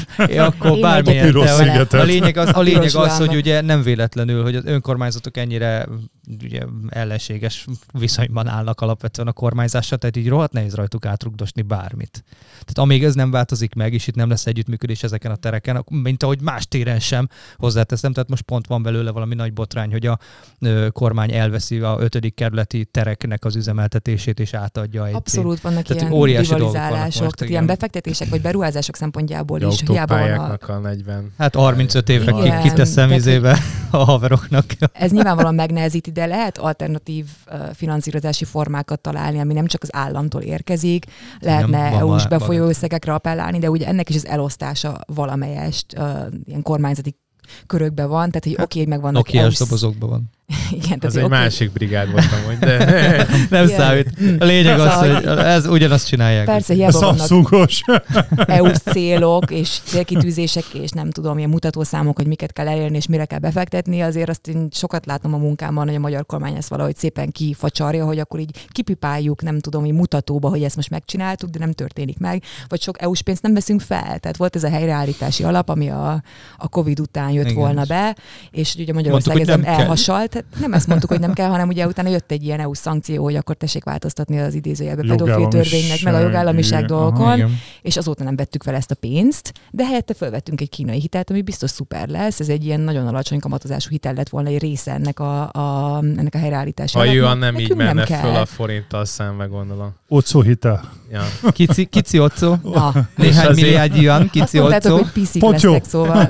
Akkor bármilyen, de a lényeg az, hogy ugye nem véletlenül, hogy az önkormányzatok ennyire ugye ellenséges viszonyban állnak alapvetően a kormányzással, tehát így rohadt nehéz rajtuk átrugdosni bármit. Tehát amíg ez nem változik meg, és itt nem lesz együttműködés ezeken a tereken, mint ahogy más téren sem hozzáteszem, tehát most pont van belőle valami nagy botrány, hogy a kormány elveszi a 5. kerületi tereknek az üzemeltetését, és átadja egy... Abszolút vannak tehát ilyen rivalizálások, tehát ilyen befektetések vagy beruházások szempontjából is. Hiába van a 40. Hát 35 évre kiteszem izébe a haveroknak. Ez nyilvánvalóan megnehezíti, de lehet alternatív finanszírozási formákat találni, ami nem csak az államtól érkezik, lehetne EU-s befolyó összegekre appellálni, de ugye ennek is az elosztása valamelyest ilyen kormányzati körökben van, tehát hogy oké, meg vannak Nokiás dobozokban van. Igen, az egy másik brigád volt amúgy, de... nem számít. A lényeg az, hogy ez ugyanazt csinálják. Persze, hiába vannak EU-s célok és célkitűzések, és nem tudom, ilyen mutatószámok, hogy miket kell elérni, és mire kell befektetni, azért azt én sokat látom a munkámban, hogy a magyar kormány ezt valahogy szépen kifacsarja, hogy akkor így kipipáljuk, nem tudom, hogy mutatóba, hogy ezt most megcsináltuk, de nem történik meg, vagy sok EU-s pénzt nem veszünk fel. Tehát volt ez a helyreállítási alap, ami a Covid után jött volna be, és ugye Magyarország ezen elhasalt. Nem ezt mondtuk, hogy nem kell, hanem ugye utána jött egy ilyen EU szankció, hogy akkor tessék változtatni az idézőjelbe pedofil törvénynek, meg a jogállamiság dolgokon, és azóta nem vettük fel ezt a pénzt, de helyette felvettünk egy kínai hitelt, ami biztos szuper lesz. Ez egy ilyen nagyon alacsony kamatozású hitel lett volna egy része ennek a helyreállítása. Hajóan nem így menne föl a forinttal szembe, gondolom. Ocó hitel. Ja. Kici ocó. Néhány milliárd yuan, kici ocó. Azt mondtátok, hogy piszik lesznek, szóval.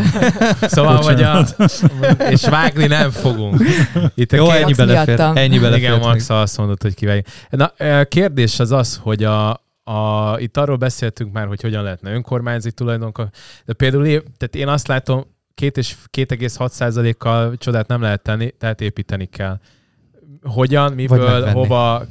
Szóval, hogy és vágni nem fogunk. Itt jó, ennyi belefér. Igen, Max azt mondott, hogy kivágjuk. Na, kérdés az, hogy itt arról beszéltünk már, hogy hogyan lehetne önkormányzati tulajdonok, de például tehát én azt látom, 2,6%-kal csodát nem lehet tenni, tehát építeni kell. Hogyan, miből, hova,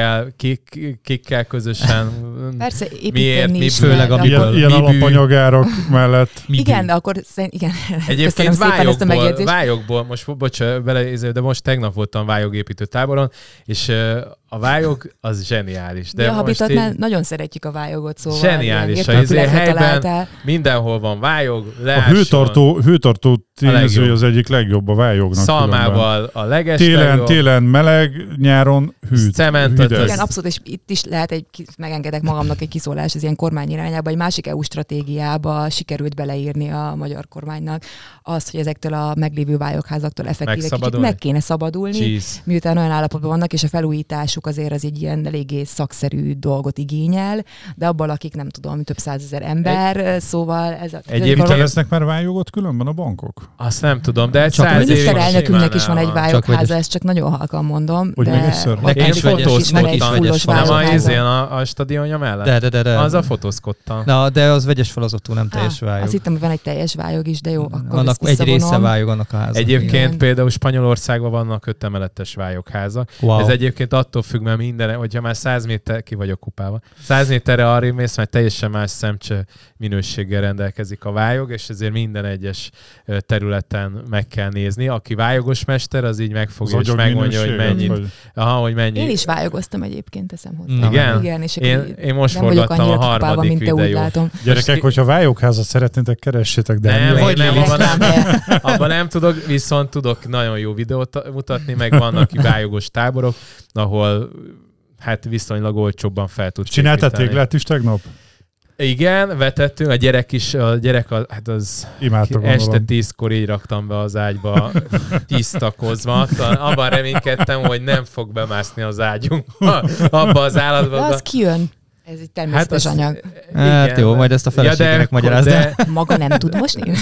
kikkel közösen, persze, miért, mi főleg amiből. Ilyen alapanyagárak mellett. Igen, de akkor igen. Egyébként vályogból, most de most tegnap voltam vályogépítő táboron, és a vályog az zseniális. De a Habitatnál nagyon szeretjük a vályogot, szóval. Zseniális. A helyben mindenhol van vályog, leásson. A hőtartó tényező az egyik legjobb a vályognak. Szalmával a legeslegjobb. Télen meleg, nyáron hűt. Igen, abszolút, és itt is lehet megengedek magamnak egy kiszólás az ilyen kormány irányába, egy másik EU stratégiába sikerült beleírni a magyar kormánynak azt, hogy ezektől a meglévő vályogházaktól effektíve kicsit meg kéne szabadulni, miután olyan állapotban vannak, és a felújításuk azért az egy ilyen eléggé szakszerű dolgot igényel, de abban lakik, nem tudom, több százezer ember, szóval ez egyébként lesznek már vályogott különben a bankok? Azt nem tudom, de csak a miniszterelnökünknek is van egy vályogháza, ezt csak nagyon halkan mondom. Hogy én is fotózkodtam a stadionja mellett. De. Azzal fotózkodtam. Na, de az vegyes falazatú, nem teljes vályog. Azt hittem, hogy van egy teljes vályog is, de jó, akkor annak egy része vályog annak a házak. Egyébként például Spanyolországban vannak 5 emeletes vályogházak. Wow. Ez egyébként attól függ, mert minden, hogyha már 100 méter, ki vagyok kupába, 100 méterre arrébb mész, mert teljesen más szemcse minőséggel rendelkezik a vályog, és ezért minden egyes területen meg kell nézni. Aki vályogos mester, az így megfogja, és megmondja, hogy mennyit. Hogy mennyi. Én is vályogoztam egyébként, teszem hozzá. Igen? És én most forgattam a harmadik videót. Gyerekek, hogyha vályogházat szeretnétek, keressétek, de abban nem tudok, viszont tudok nagyon jó videót mutatni, meg vannak vályogos táborok, ahol hát viszonylag olcsóbban fel tud építeni. Csináltál téglát is tegnap? Igen, vetettünk, a gyerek hát az este 10-kor így raktam be az ágyba tisztakozva. Abban reménykedtem, hogy nem fog bemászni az ágyunkba, abba az állatba. De az kijön. Ez egy természetes anyag. Hát jó, majd ezt a feleségének magyarázd. De maga nem tud mosni?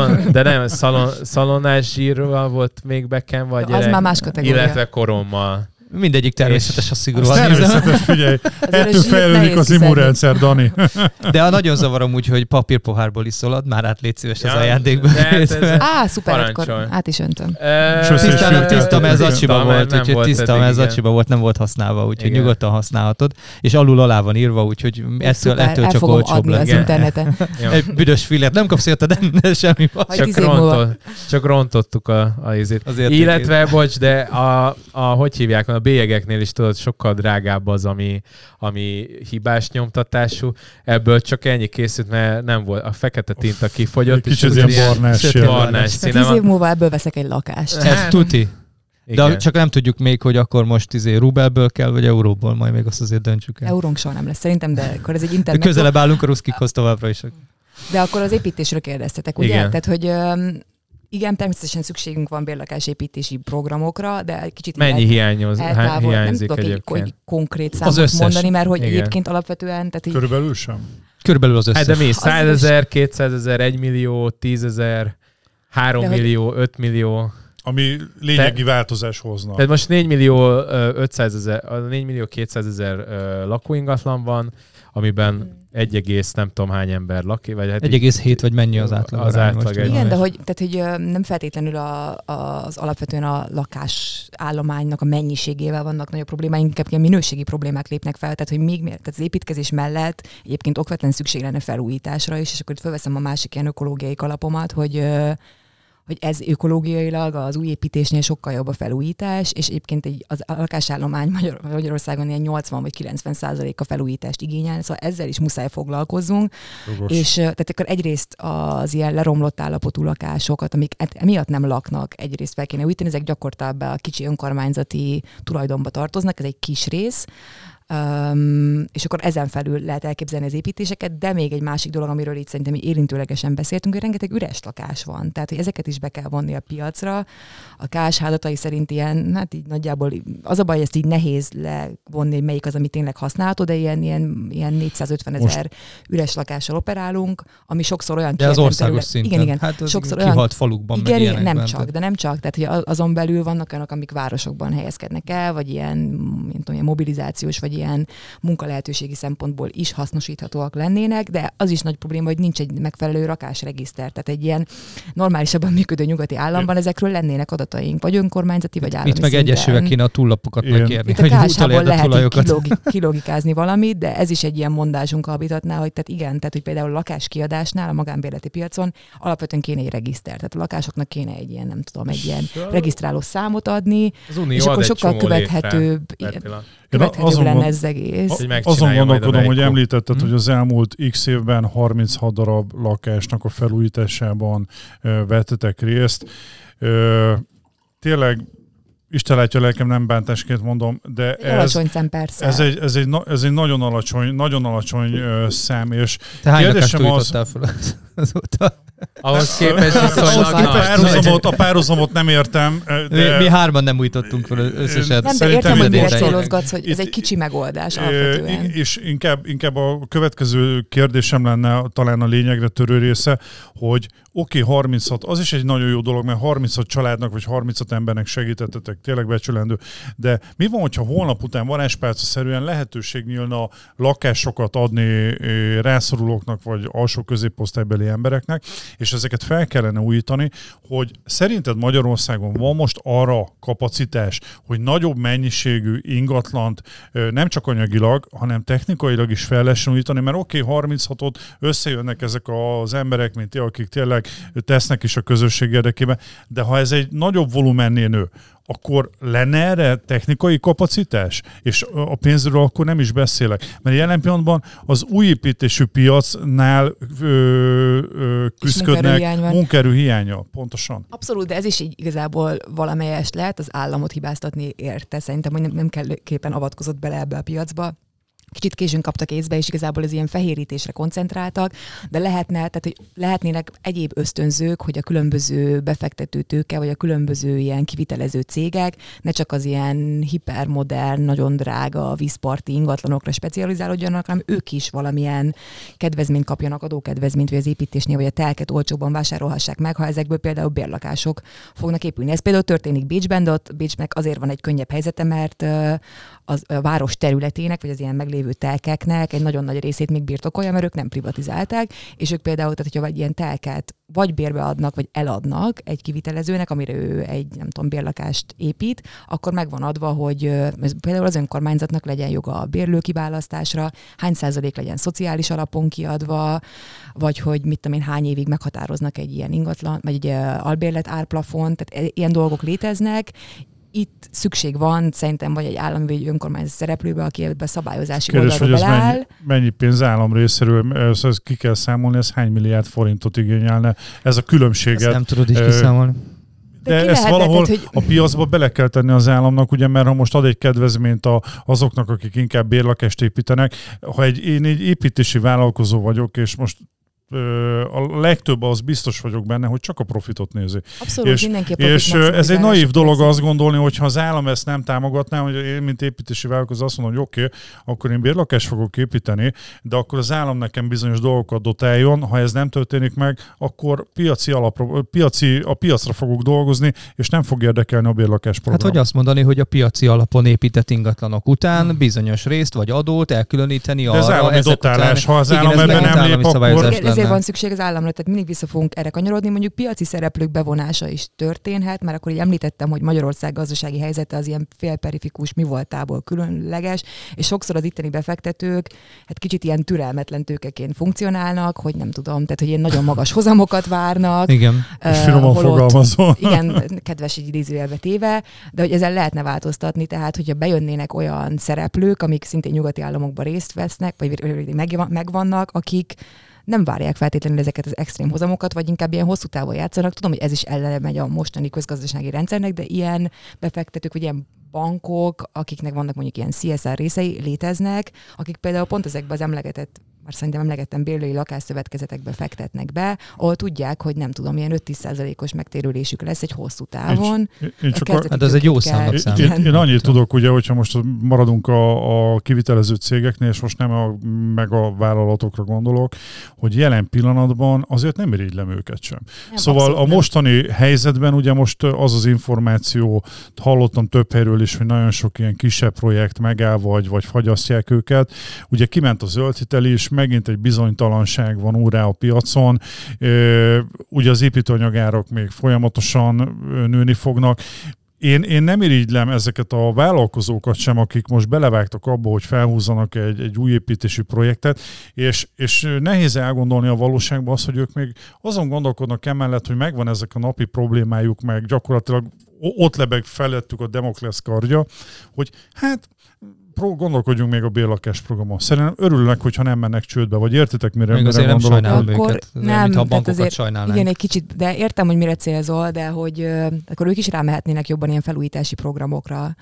Szalonnás zsírral volt még bekenve a gyerek. Az már más kategória. Illetve korommal. Mindegyik természetes, a szigorúan. Természetes, figyelj. Ettől fejlődik az immunrendszer, Dani. De a nagyon zavarom úgy, hogy papírpohárból iszolod, már át légy szíves az ajándékba. Szuper, akkor át is öntöm. Tiszta, mert zacsiba volt, úgyhogy tiszta, mert zacsiba volt, nem volt használva, úgyhogy nyugodtan használhatod. És alá van írva, úgyhogy ettől csak olcsóbb lesz. Az interneten. Egy büdös fillet nem kapsz érte, de semmi. Csak rontottuk a izét. Illetve, bocs, de hogy hívják, a bélyegeknél is tudod, sokkal drágább az, ami hibás nyomtatású. Ebből csak ennyi készült, mert nem volt, a fekete tinta kifogyott. Kicsit ilyen barnás színe van. 10 év múlva ebből veszek egy lakást. Ez tuti. De csak nem tudjuk még, hogy akkor most rubelből kell, vagy euróból, majd még azt azért döntsük el. Eurónk soha nem lesz szerintem, de akkor ez egy internet. Közelebb állunk a ruszkikhoz továbbra is. De akkor az építésről kérdeztetek, ugye? Igen. Tehát, hogy igen, természetesen szükségünk van bérlakásépítési programokra, de egy kicsit mennyi hiányzik nem tudok egy konkrét számot mondani, mert hogy egyébként alapvetően... Tehát körülbelül sem? Körülbelül az összes. Hát de mi? 100 000, 200 000, 1 millió, 10 000, 3 millió, 5 millió... Ami lényegi változás hozna. Tehát most 4 millió 500 000, 4 millió 200 000 lakóingatlan van, amiben 1, nem tudom hány ember lakik. 1,7 vagy mennyi az átlag? Az átlag. Igen, de hogy nem feltétlenül az alapvetően a lakásállománynak a mennyiségével vannak nagyobb problémák, inkább ilyen minőségi problémák lépnek fel, tehát az építkezés mellett egyébként okvetlen szükség lenne felújításra is, és akkor itt felveszem a másik ilyen ökológiai kalapomat, hogy ez ökológiailag az új építésnél sokkal jobb a felújítás, és egyébként a lakásállomány Magyarországon ilyen 80 vagy 90% a felújítást igényel, szóval ezzel is muszáj foglalkozzunk. És tehát akkor egyrészt az ilyen leromlott állapotú lakásokat, amik emiatt nem laknak, egyrészt fel kéne újítani, ezek gyakorlatilag a kicsi önkormányzati tulajdonba tartoznak, ez egy kis rész, és akkor ezen felül lehet elképzelni az építéseket, de még egy másik dolog, amiről itt szerintem érintőlegesen beszéltünk, hogy rengeteg üres lakás van. Tehát, hogy ezeket is be kell vonni a piacra. A KSH adatai szerint ilyen, hát így nagyjából az a baj, hogy ezt így nehéz levonni, hogy melyik az, ami tényleg használható, de ilyen 450 000 üres lakással operálunk, ami sokszor olyan... De az országos szinten. Igen. Hát az sokszor kihalt olyan, falukban, igen, meg ilyenekben. nem csak. Tehát, hogy azon belül vannak olyanok, amik városokban helyezkednek el, vagy ilyen mobilizációs, vagy ilyen munkalehetőségi szempontból is hasznosíthatóak lennének, de az is nagy probléma, hogy nincs egy megfelelő rakásregiszter. Tehát egy ilyen normálisabban működő nyugati államban ezekről lennének adataink, vagy önkormányzati, vagy állami itt meg egyesével kéne a túllapokat megkérni. Itt a KSH-ból lehet kilogikázni valamit, de ez is egy ilyen mondásunk a Habitatnál, hogy tehát igen, tehát hogy például a lakáskiadásnál, a magánbérleti piacon alapvetően kéne egy regiszter. Tehát a lakásoknak kéne egy ilyen, nem tudom, egy ilyen regisztráló számot adni, és akkor sokkal követhetőbb lenne ez egész. Azon gondolkodom, hogy említetted, hogy az elmúlt x évben 36 darab lakásnak a felújításában vettetek részt. Tényleg, Isten látja, lelkem nem bántásként mondom, de alacsony szám, persze. Ez egy nagyon alacsony szám, és te hány lakást újítottál fel azóta? Ahhoz képest a párhuzamot nem értem. De mi hárman nem újtottunk fel összesen. Nem, de értem, hogy mire célozgatsz, hogy ez egy kicsi megoldás alapvetően. És inkább a következő kérdésem lenne talán a lényegre törő része, hogy oké, 36, az is egy nagyon jó dolog, mert 36 családnak vagy 36 embernek segítettetek, tényleg becsülendő. De mi van, hogyha holnap után varázspálca-szerűen lehetőség nyílna lakásokat adni rászorulóknak vagy alsó középosztálybeli embereknek, és ezeket fel kellene újítani, hogy szerinted Magyarországon van most arra kapacitás, hogy nagyobb mennyiségű ingatlant nem csak anyagilag, hanem technikailag is fel lehessen újítani, mert oké, 36-ot összejönnek ezek az emberek, mint ti, akik tényleg tesznek is a közösség érdekében, de ha ez egy nagyobb volumennél nő, akkor lenne erre technikai kapacitás? És a pénzről akkor nem is beszélek. Mert jelen pillanatban az újépítésű piacnál küzdködnek munkaerőhiánya. Pontosan. Abszolút, de ez is így igazából valamelyest lehet az államot hibáztatni érte. Szerintem, hogy nem kellőképpen avatkozott bele ebbe a piacba. Kicsit későn kaptak észbe, és igazából az ilyen fehérítésre koncentráltak, de lehetnének egyéb ösztönzők, hogy a különböző befektető tőke, vagy a különböző ilyen kivitelező cégek ne csak az ilyen hipermodern, nagyon drága vízparti ingatlanokra specializálódjanak, hanem ők is valamilyen kedvezményt kapjanak, adókedvezményt, vagy az építésnél, vagy a telket olcsóbban vásárolhassák meg, ha ezekből például bérlakások fognak épülni. Ez például történik Bécsben, de ott Bécsnek azért van egy könnyebb helyzete, mert a város területének, vagy az ilyen meglévő telkeknek egy nagyon nagy részét még birtokolja, mert ők nem privatizálták, és ők például, tehát hogyha egy ilyen telket vagy bérbe adnak, vagy eladnak egy kivitelezőnek, amire ő egy, nem tudom, bérlakást épít, akkor megvan adva, hogy például az önkormányzatnak legyen joga a bérlőkiválasztásra, hány százalék legyen szociális alapon kiadva, vagy hogy mit tudom én, hány évig meghatároznak egy ilyen ingatlan, vagy egy albérlet árplafon, tehát ilyen dolgok léteznek. Itt szükség van szerintem vagy egy állami vagy egy önkormányzat szereplőbe, aki ebbe a szabályozási oldalra beláll. Mennyi pénz állam részéről, ezt ki kell számolni, ez hány milliárd forintot igényelne? Ez a különbséget. Ezt nem tudod is kiszámolni. De ezt valahol a piacba bele kell tenni az államnak, ugye, mert ha most ad egy kedvezményt azoknak, akik inkább bérlakást építenek, ha én egy építési vállalkozó vagyok, és most a legtöbb az biztos vagyok benne, hogy csak a profitot nézi. Abszolút, mindenki a profit és ez egy naív dolog azt gondolni, hogy ha az állam ezt nem támogatná, hogy én, mint építési vállalkozó azt mondom, hogy oké, akkor én bérlakást fogok építeni, de akkor az állam nekem bizonyos dolgokat dotáljon, ha ez nem történik meg, akkor a piacra fogok dolgozni, és nem fog érdekelni a bérlakás program. Hát hogy azt mondani, hogy a piaci alapon épített ingatlanok után bizonyos részt vagy adót elkülöníteni arra. De ez állami dotálás, ha az állam ebben nem lép, akkor... Ezért van szükség az államra, tehát mindig vissza fogunk erre kanyarodni, mondjuk piaci szereplők bevonása is történhet, mert akkor így említettem, hogy Magyarország gazdasági helyzete az ilyen félperifikus mi voltából különleges, és sokszor az itteni befektetők hát kicsit ilyen türelmetlen tőkeként funkcionálnak, hogy nem tudom, tehát hogy ilyen nagyon magas hozamokat várnak. Igen. És finoman fogalmazol. Igen, kedves így idézőjelbe téve, de hogy ezzel lehetne változtatni, tehát hogyha bejönnének olyan szereplők, amik szintén nyugati államokban részt vesznek, vagy megvannak, akik nem várják feltétlenül ezeket az extrém hozamokat, vagy inkább ilyen hosszú távon játszanak. Tudom, hogy ez is ellene megy a mostani közgazdasági rendszernek, de ilyen befektetők, vagy ilyen bankok, akiknek vannak mondjuk ilyen CSR részei, léteznek, akik például pont ezekbe az már szerintem emlegettem bérlői lakásszövetkezetekbe fektetnek be, ahol tudják, hogy nem tudom, ilyen 5-10%-os megtérülésük lesz egy hosszú távon. Hát ez egy jó számnak számít. Én annyit tudok, ugye, hogyha most maradunk a kivitelező cégeknél, és most nem meg a vállalatokra gondolok, hogy jelen pillanatban azért nem irigylem őket sem. Nem, szóval a mostani helyzetben ugye most az információ, hallottam több helyről is, hogy nagyon sok ilyen kisebb projekt megáll, vagy fagyasztják őket. Ugye kiment a zöldhitel is, megint egy bizonytalanság van úrrá a piacon. Ugye az építőanyagárak még folyamatosan nőni fognak. Én nem irigylem ezeket a vállalkozókat sem, akik most belevágtak abba, hogy felhúzzanak egy új építési projektet, és nehéz elgondolni a valóságban azt, hogy ők még azon gondolkodnak emellett, hogy megvan ezek a napi problémájuk, meg gyakorlatilag ott lebeg felettük a Damoklesz kardja, hogy hát gondolkodjunk még a bérlakás programon. Szerintem örülnek, hogyha nem mennek csődbe, vagy értitek, mire gondolok? Nem sajnálom őket, nem, mintha a bankokat sajnálnánk. Igen, egy kicsit, de értem, hogy mire célzol, de hogy akkor ők is rámehetnének jobban ilyen felújítási programokra.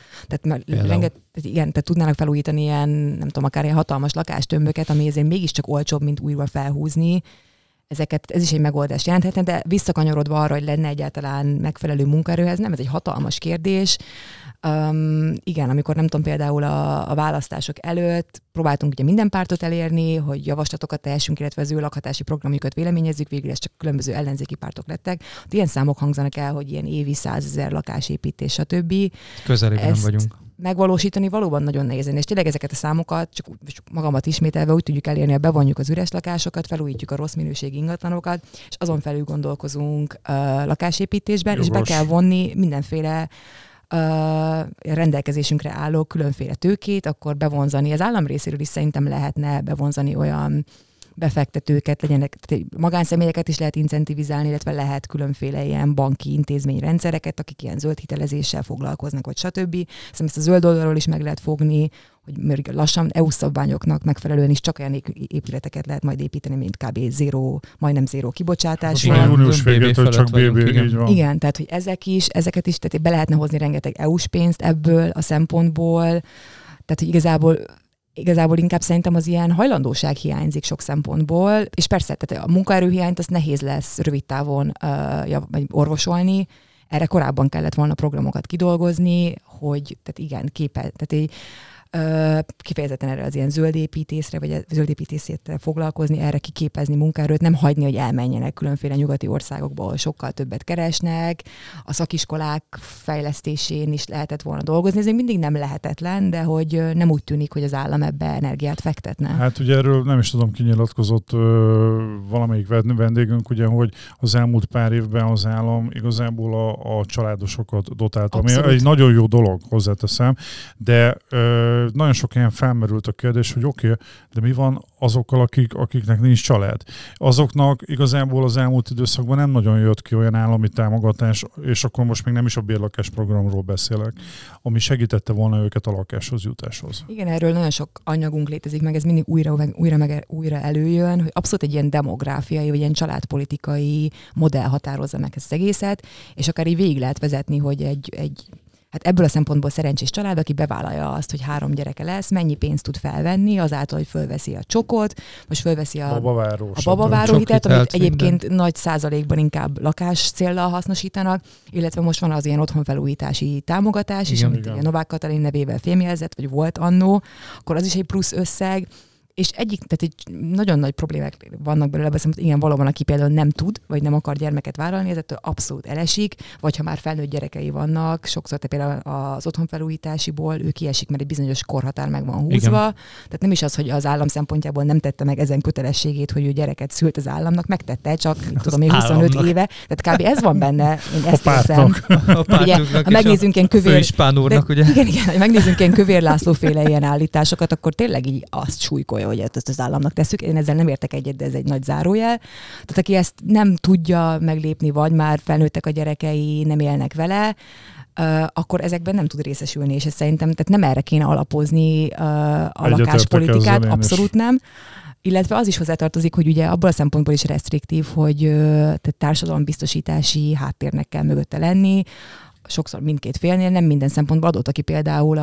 Tehát tudnának felújítani ilyen, nem tudom, akár ilyen hatalmas lakástömböket, ami ezért mégiscsak olcsóbb, mint újra felhúzni. Ez is egy megoldást jelenthetne, de visszakanyarodva arra, hogy lenne egyáltalán megfelelő munkaerőhez, nem, ez egy hatalmas kérdés. Igen, amikor nem tudom, például a választások előtt próbáltunk ugye minden pártot elérni, hogy javaslatokat tehessünk, illetve az ő lakhatási programjukat véleményezzük, végül ez csak különböző ellenzéki pártok lettek. Ilyen számok hangzanak el, hogy ilyen évi 100 000 lakásépítés, stb. Közelében nem vagyunk. Megvalósítani valóban nagyon nehéz. És tényleg ezeket a számokat, csak magamat ismételve úgy tudjuk elérni, hogy bevonjuk az üres lakásokat, felújítjuk a rossz minőségi ingatlanokat, és azon felül gondolkozunk lakásépítésben, Jogos. és be kell vonni mindenféle rendelkezésünkre álló különféle tőkét, akkor bevonzani. Az állam részéről is szerintem lehetne bevonzani olyan befektetőket, legyenek, magánszemélyeket is lehet incentivizálni, illetve lehet különféle ilyen banki intézményrendszereket, akik ilyen zöld hitelezéssel foglalkoznak, vagy stb. Szerintem ezt a zöld oldalról is meg lehet fogni, hogy lassan EU szabványoknak megfelelően is csak olyan épületeket lehet majd építeni, mint kb. Majdnem zéró kibocsátás. Június végétől csak BB, így van. Igen, tehát hogy ezeket is, tehát be lehetne hozni rengeteg EU-s pénzt ebből a szempontból, tehát hogy igazából inkább szerintem az ilyen hajlandóság hiányzik sok szempontból, és persze, tehát a munkaerőhiányt az nehéz lesz rövid távon orvosolni, erre korábban kellett volna programokat kidolgozni, hogy tehát igen, kifejezetten erre az ilyen zöldépítészre, vagy a zöldépítészét foglalkozni, erre kiképezni munkaerőt, nem hagyni, hogy elmenjenek különféle nyugati országokból, ahol sokkal többet keresnek. A szakiskolák fejlesztésén is lehetett volna dolgozni. Ez még mindig nem lehetetlen, de hogy nem úgy tűnik, hogy az állam ebbe energiát fektetne. Hát ugye erről nem is tudom, ki nyilatkozott valamelyik vendégünk, ugye, hogy az elmúlt pár évben az állam igazából a családosokat dotálta, ami egy nagyon jó dolog, hozzáteszem, de nagyon sok ilyen felmerült a kérdés, hogy oké, de mi van azokkal, akiknek nincs család? Azoknak igazából az elmúlt időszakban nem nagyon jött ki olyan állami támogatás, és akkor most még nem is a bérlakás programról beszélek, ami segítette volna őket a lakáshoz jutáshoz. Igen, erről nagyon sok anyagunk létezik, meg ez mindig újra előjön, hogy abszolút egy ilyen demográfiai, vagy ilyen családpolitikai modell határozza meg ezt az egészet, és akár így végig lehet vezetni, hogy hát ebből a szempontból szerencsés család, aki bevállalja azt, hogy 3 gyereke lesz, mennyi pénzt tud felvenni azáltal, hogy fölveszi a csokot, most fölveszi a babaváró hitelt, amit egyébként nagy százalékban inkább lakás céllal hasznosítanak, illetve most van az ilyen otthonfelújítási támogatás is, amit a Novák Katalin nevével fémjelzett, vagy volt annó, akkor az is egy plusz összeg. És tehát egy nagyon nagy problémák vannak belőle, hogy igen, valóban, aki például nem tud, vagy nem akar gyermeket vállalni, ezettől abszolút elesik, vagy ha már felnőtt gyerekei vannak, sokszor te például az otthonfelújításiból ő kiesik, mert egy bizonyos korhatár meg van húzva. Igen. Tehát nem is az, hogy az állam szempontjából nem tette meg ezen kötelességét, hogy ő gyereket szült az államnak, megtette, csak tudom én 25 éve. Tehát kb. Ez van benne, én ezt érzem. Ha megnézzünk ilyen megnézzünk ilyen Kövér László féle ilyen állításokat, akkor tényleg így azt súlykolja, hogy ezt az államnak tesszük. Én ezzel nem értek egyet, de ez egy nagy zárójel. Tehát aki ezt nem tudja meglépni, vagy már felnőttek a gyerekei, nem élnek vele, akkor ezekben nem tud részesülni, és ez szerintem tehát nem erre kéne alapozni a lakáspolitikát, abszolút nem. Illetve az is hozzátartozik, hogy ugye abból a szempontból is restriktív, hogy tehát társadalombiztosítási háttérnek kell mögötte lenni, sokszor mindkét félnél, nem minden szempontból adott, aki például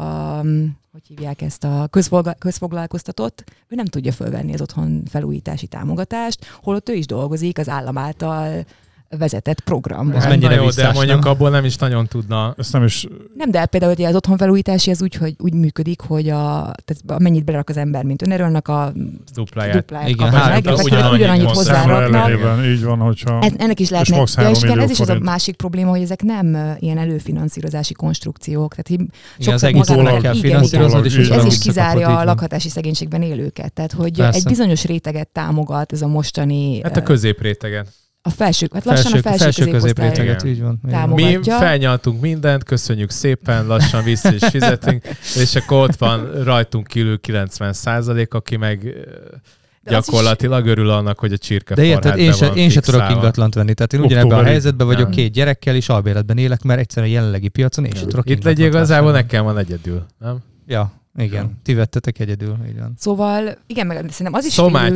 hogy hívják ezt a közfoglalkoztatott, ő nem tudja fölvenni az otthon felújítási támogatást, holott ő is dolgozik az állam által vezetett programban. Ez mennyire jó, de mondjuk abból nem is nagyon tudna. Ezt nem is... Nem, de például az otthonfelújítási az úgy működik, hogy tehát amennyit belerak az ember, mint önerőnek a dupláját. Igen, ugyanannyit hozzáraknak. Így van, hogyha... Ennek is lehetne. Ez is az a másik probléma, hogy ezek nem ilyen előfinanszírozási konstrukciók. Tehát az egész kell finanszírozni, és ez is kizárja a lakhatási szegénységben élőket. Tehát, hogy egy bizonyos réteget támogat ez a mostani... Hát a középréteget. Lassan a felső középréteget így van. Támogatja. Mi felnyaltunk mindent, köszönjük szépen, lassan vissza is fizetünk, és akkor ott van rajtunk kívül 90%, aki meg gyakorlatilag örül annak, hogy a csirkefarhát be van én se tudok ingatlant venni. Tehát én ugyanebben a helyzetben vagyok, 2 gyerekkel, és albéletben élek, mert egyszerűen a jelenlegi piacon én se tudok ingatlant. Itt igazából nekem van egyedül, nem? Ja. Igen, ti vettetek egyedül, így van. Szóval, igen, meg szerintem az is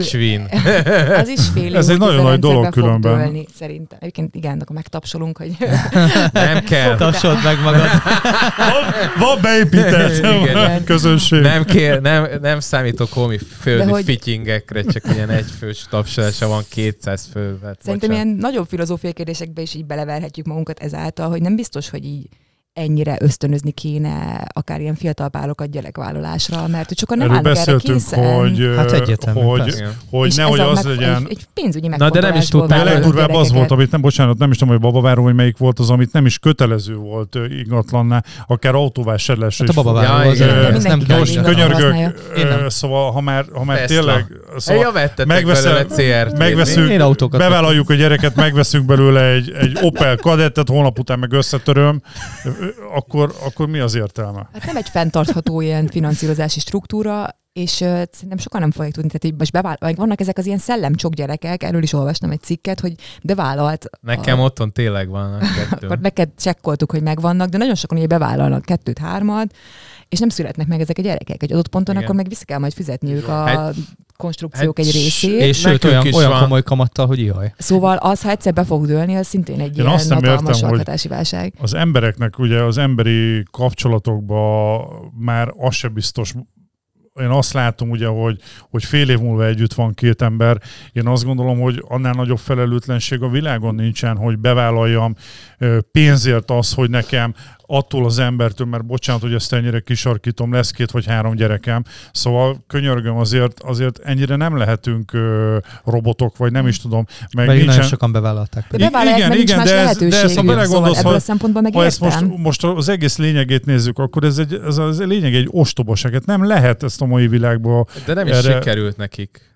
az is félő, ez egy nagyon nagy dolog különben. Szerintem. Egyébként igen, akkor megtapsolunk, hogy... Nem kell. Tapsold meg magad. Van beépített közönség. Nem számítok holmi földi fityingekre, csak ilyen egyfős tapsolása van 200 fővel. Szerintem ilyen nagyobb filozófiai kérdésekbe is így beleverhetjük magunkat ezáltal, hogy nem biztos, hogy így ennyire ösztönözni kéne akár ilyen fiatal párokat gyerekvállalásra, mert hogy sokan nem állnak erre készen. hogy nehogy az legyen... Egy pénzügyi na, de nem is tudtam. A legdurvább az volt, amit nem is tudom, hogy Babaváró, vagy melyik volt az, amit nem is kötelező volt ingatlanná, akár autóvásárlásra is. Hát a Babaváró az nem kell. Most könyörgök, szóval ha már tényleg megveszünk, bevállaljuk a gyereket, megveszünk belőle egy Opel Kadettet, holnap után meg összetöröm, akkor mi az értelme? Hát nem egy fenntartható ilyen finanszírozási struktúra, és szerintem sokan nem fogják tudni, tehát most vannak ezek az ilyen szellemcsok gyerekek, erről is olvastam egy cikket, hogy de vállalt. Nekem otthon tényleg vannak kettő. Akkor neked csekkoltuk, hogy megvannak, de nagyon sokan ugye bevállalnak 2-3, és nem születnek meg ezek a gyerekek egy adott ponton, igen. Akkor meg vissza kell majd fizetniük a konstrukciók egy részét. És sőt, olyan komoly kamattal, hogy jaj. Szóval az, ha egyszer be fog dőlni, az szintén egy ilyen hatalmas alkatási válság. Az embereknek ugye az emberi kapcsolatokban már az se biztos. Én azt látom ugye, hogy fél év múlva együtt van két ember. Én azt gondolom, hogy annál nagyobb felelőtlenség a világon nincsen, hogy bevállaljam pénzért az, hogy nekem attól az embertől, mert bocsánat, hogy ezt ennyire kisarkítom, lesz 2 vagy 3 gyerekem. Szóval könyörgöm, azért ennyire nem lehetünk robotok, vagy nem is tudom. Meg nincsen... nagyon sokan bevállalták. De bevállalják, igen, de ezt ha belegondolsz, ebből a szempontból meg most az egész lényegét nézzük, akkor ez a lényeg egy ostobaság. Hát nem lehet ezt a mai világból. De nem is sikerült nekik.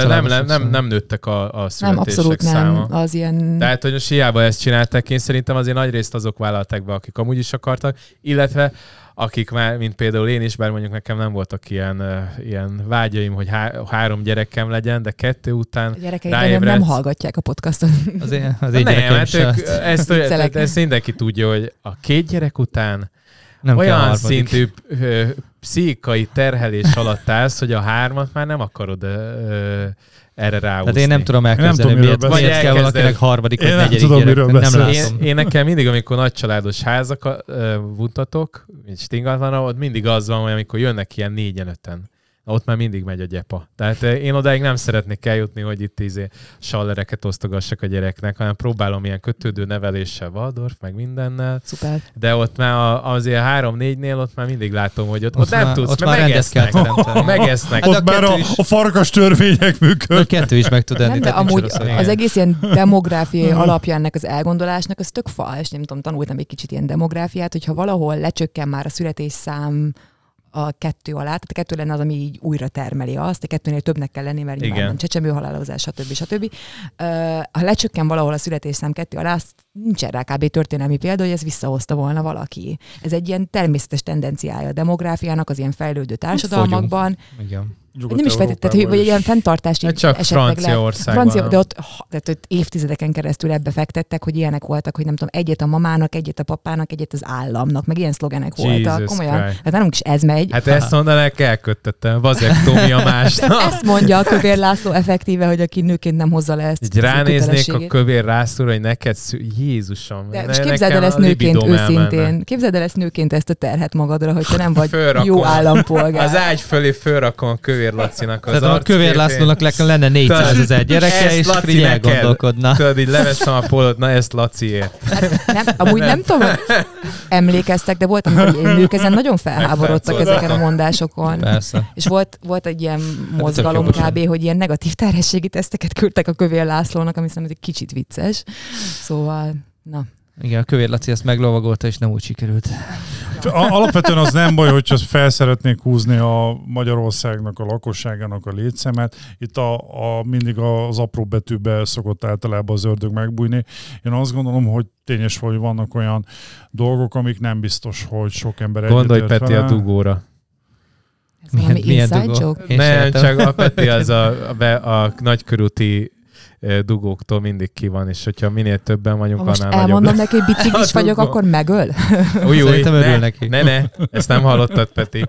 Nem nőttek a születések száma. Nem, az ilyen... Tehát, hogy most hiába ezt csinálták, én szerintem azért nagyrészt azok vállalták be, akik amúgy is akartak, illetve akik már, mint például én is, bár mondjuk nekem nem voltak ilyen vágyaim, hogy 3 gyerekem legyen, de 2 után ráébredsz. Nem hallgatják a podcastot. Az én gyerekeim sem. Ezt mindenki tudja, hogy a 2 gyerek után nem olyan szintű pszichikai terhelés alatt állsz, hogy a 3 már nem akarod erre ráúszni. De én nem tudom elképzelni, miért kell valakinek 3. vagy 4. gyerek. Nem látom. Én nekem mindig, amikor nagycsaládos házak mutatok, mint Stingatlanra, ott mindig az van, hogy amikor jönnek ilyen 4-5-en. Ott már mindig megy a gyepa. Tehát én odáig nem szeretnék eljutni, hogy itt sallereket osztogassak a gyereknek, hanem próbálom ilyen kötődő neveléssel, Waldorf, meg mindennel. Szuper. De ott már azért 3-4-nél ott már mindig látom, hogy ott nem tudsz, ott mert megesznek. Ott már a farkas törvények működnek. 2 is meg tud enni. De amúgy az egész ilyen demográfiai alapja ennek az elgondolásnak, az tök fals. Nem tudom, tanultam egy kicsit ilyen demográfiát, hogyha valahol lecsökken már a születésszám a 2 alá, tehát a 2 lenne az, ami így újra termeli azt, a 2-nél többnek kell lenni, mert nyilván nem csecsemőhalálozás, stb. Ha lecsökken valahol a születésszám 2 alá, azt nincsen rá kb. Történelmi példa, hogy ez visszahozta volna valaki. Ez egy ilyen természetes tendenciája a demográfiának az ilyen fejlődő társadalmakban. Igen. Nem is feltétlenül, hogy vagy ilyen fenntartást csak Franciaországban. De ott évtizedeken keresztül ebbe fektettek, hogy ilyenek voltak, hogy nem tudom, egyet a mamának, egyet a papának, egyet az államnak, meg ilyen szlogenek voltak. Komolyan. Hát nálunk is ez megy. Hát ezt mondanák, elköttettem. Vazektómia másnak. Ezt mondja a Kövér László effektíve, hogy aki nőként nem hozza le ezt. Így ránéznék a Kövér Lászlóra, hogy neked Jézusom. De és képzeld el ezt nőként őszintén. Képzeld el ezt nőként ezt a terhet magadra, hogy te nem vagy jó állampolgár. Az ágy fölé fölrakom a Kövér Lacinak az a Kövér Lászlónak lenne 400 000 gyereke, és így elgondolkodna. Tudod, így leveszem a pólót, na ezt Laciért. Hát amúgy nem tudom, emlékeztek, de volt, amikor nők ezen nagyon felháborodtak ezeken a mondásokon. Persze. És volt egy ilyen mozgalom kb., hogy ilyen negatív terhességi teszteket küldtek a Kövér Lászlónak, ami szerintem egy kicsit vicces. Szóval, na. Igen, a Kövér Laci ezt meglovagolta, és nem úgy sikerült. Alapvetően az nem baj, hogyha fel szeretnék húzni a Magyarországnak, a lakosságának a létszemet. Itt mindig az apró betűbe szokott általában az ördög megbújni. Én azt gondolom, hogy tényes, hogy vannak olyan dolgok, amik nem biztos, hogy sok ember egyetért vele. Gondolj, Peti, a dugóra. Milyen dugó? Nem, csak a Peti az a nagykörúti dugóktól mindig ki van, és hogyha minél többen vagyunk, most annál nagyobb. Elmondom neki, hogy biciklis vagyok, akkor megöl? Szerintem örül neki. Ne, ezt nem hallottad, Peti.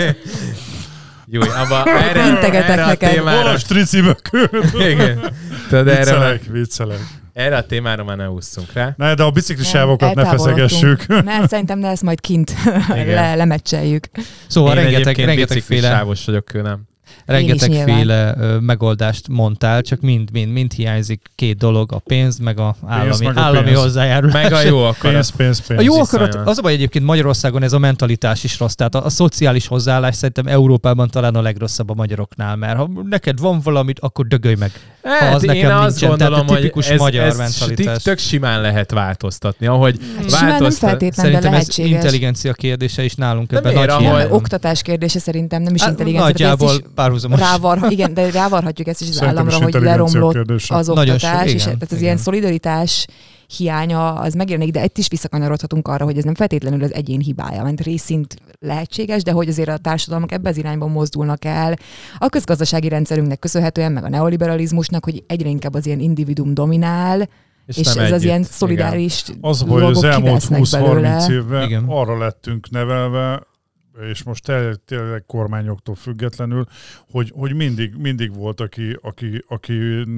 Júj, erre a témára... Most tricibe küld. Igen. Viccelek. Erre a témára már ne ússzunk rá. Ne, de a biciklisávokat ne feszegessük. Ne, szerintem ne, ezt majd kint lemecseljük. Szóval rengeteg féle sávos vagyok, ő nem. rengetegféle megoldást mondtál, csak mind hiányzik két dolog, a pénz, meg a állami hozzájárulás. Meg a jó akarat. Pénz. A jó akarat, az a baj egyébként Magyarországon ez a mentalitás is rossz, tehát a szociális hozzáállás szerintem Európában talán a legrosszabb a magyaroknál, mert ha neked van valamit, akkor dögölj meg. Ha az én nekem azt nincsen, gondolom, tehát a tipikus hogy magyar mentalitás. tök simán lehet változtatni. Ahogy simán nem feltétlenül, de szerintem ez lehetséges. intelligencia kérdése is nálunk De ebben miért, nagy ahol- hiány. Oktatás kérdése szerintem nem is intelligencia. Nagyjából párhuzamos. Igen, de rávarhatjuk ezt is az Szerintem is államra, hogy intelligencia leromlott kérdése. az Nagyon oktatás, sok, és igen, tehát az igen. ilyen szolidaritás hiánya az megjelenik, de itt is visszakanyarodhatunk arra, hogy ez nem feltétlenül az egyén hibája, mert részint lehetséges, de hogy azért a társadalmak ebbe az irányba mozdulnak el. A közgazdasági rendszerünknek köszönhetően, meg a neoliberalizmusnak, hogy egyre inkább az ilyen individuum dominál, és nem ez az együtt. ilyen szolidáris Az, hogy az dolgok elmúlt kivesznek 20-30 belőle. évben Igen. arra lettünk nevelve, és most tényleg kormányoktól függetlenül, hogy mindig volt, aki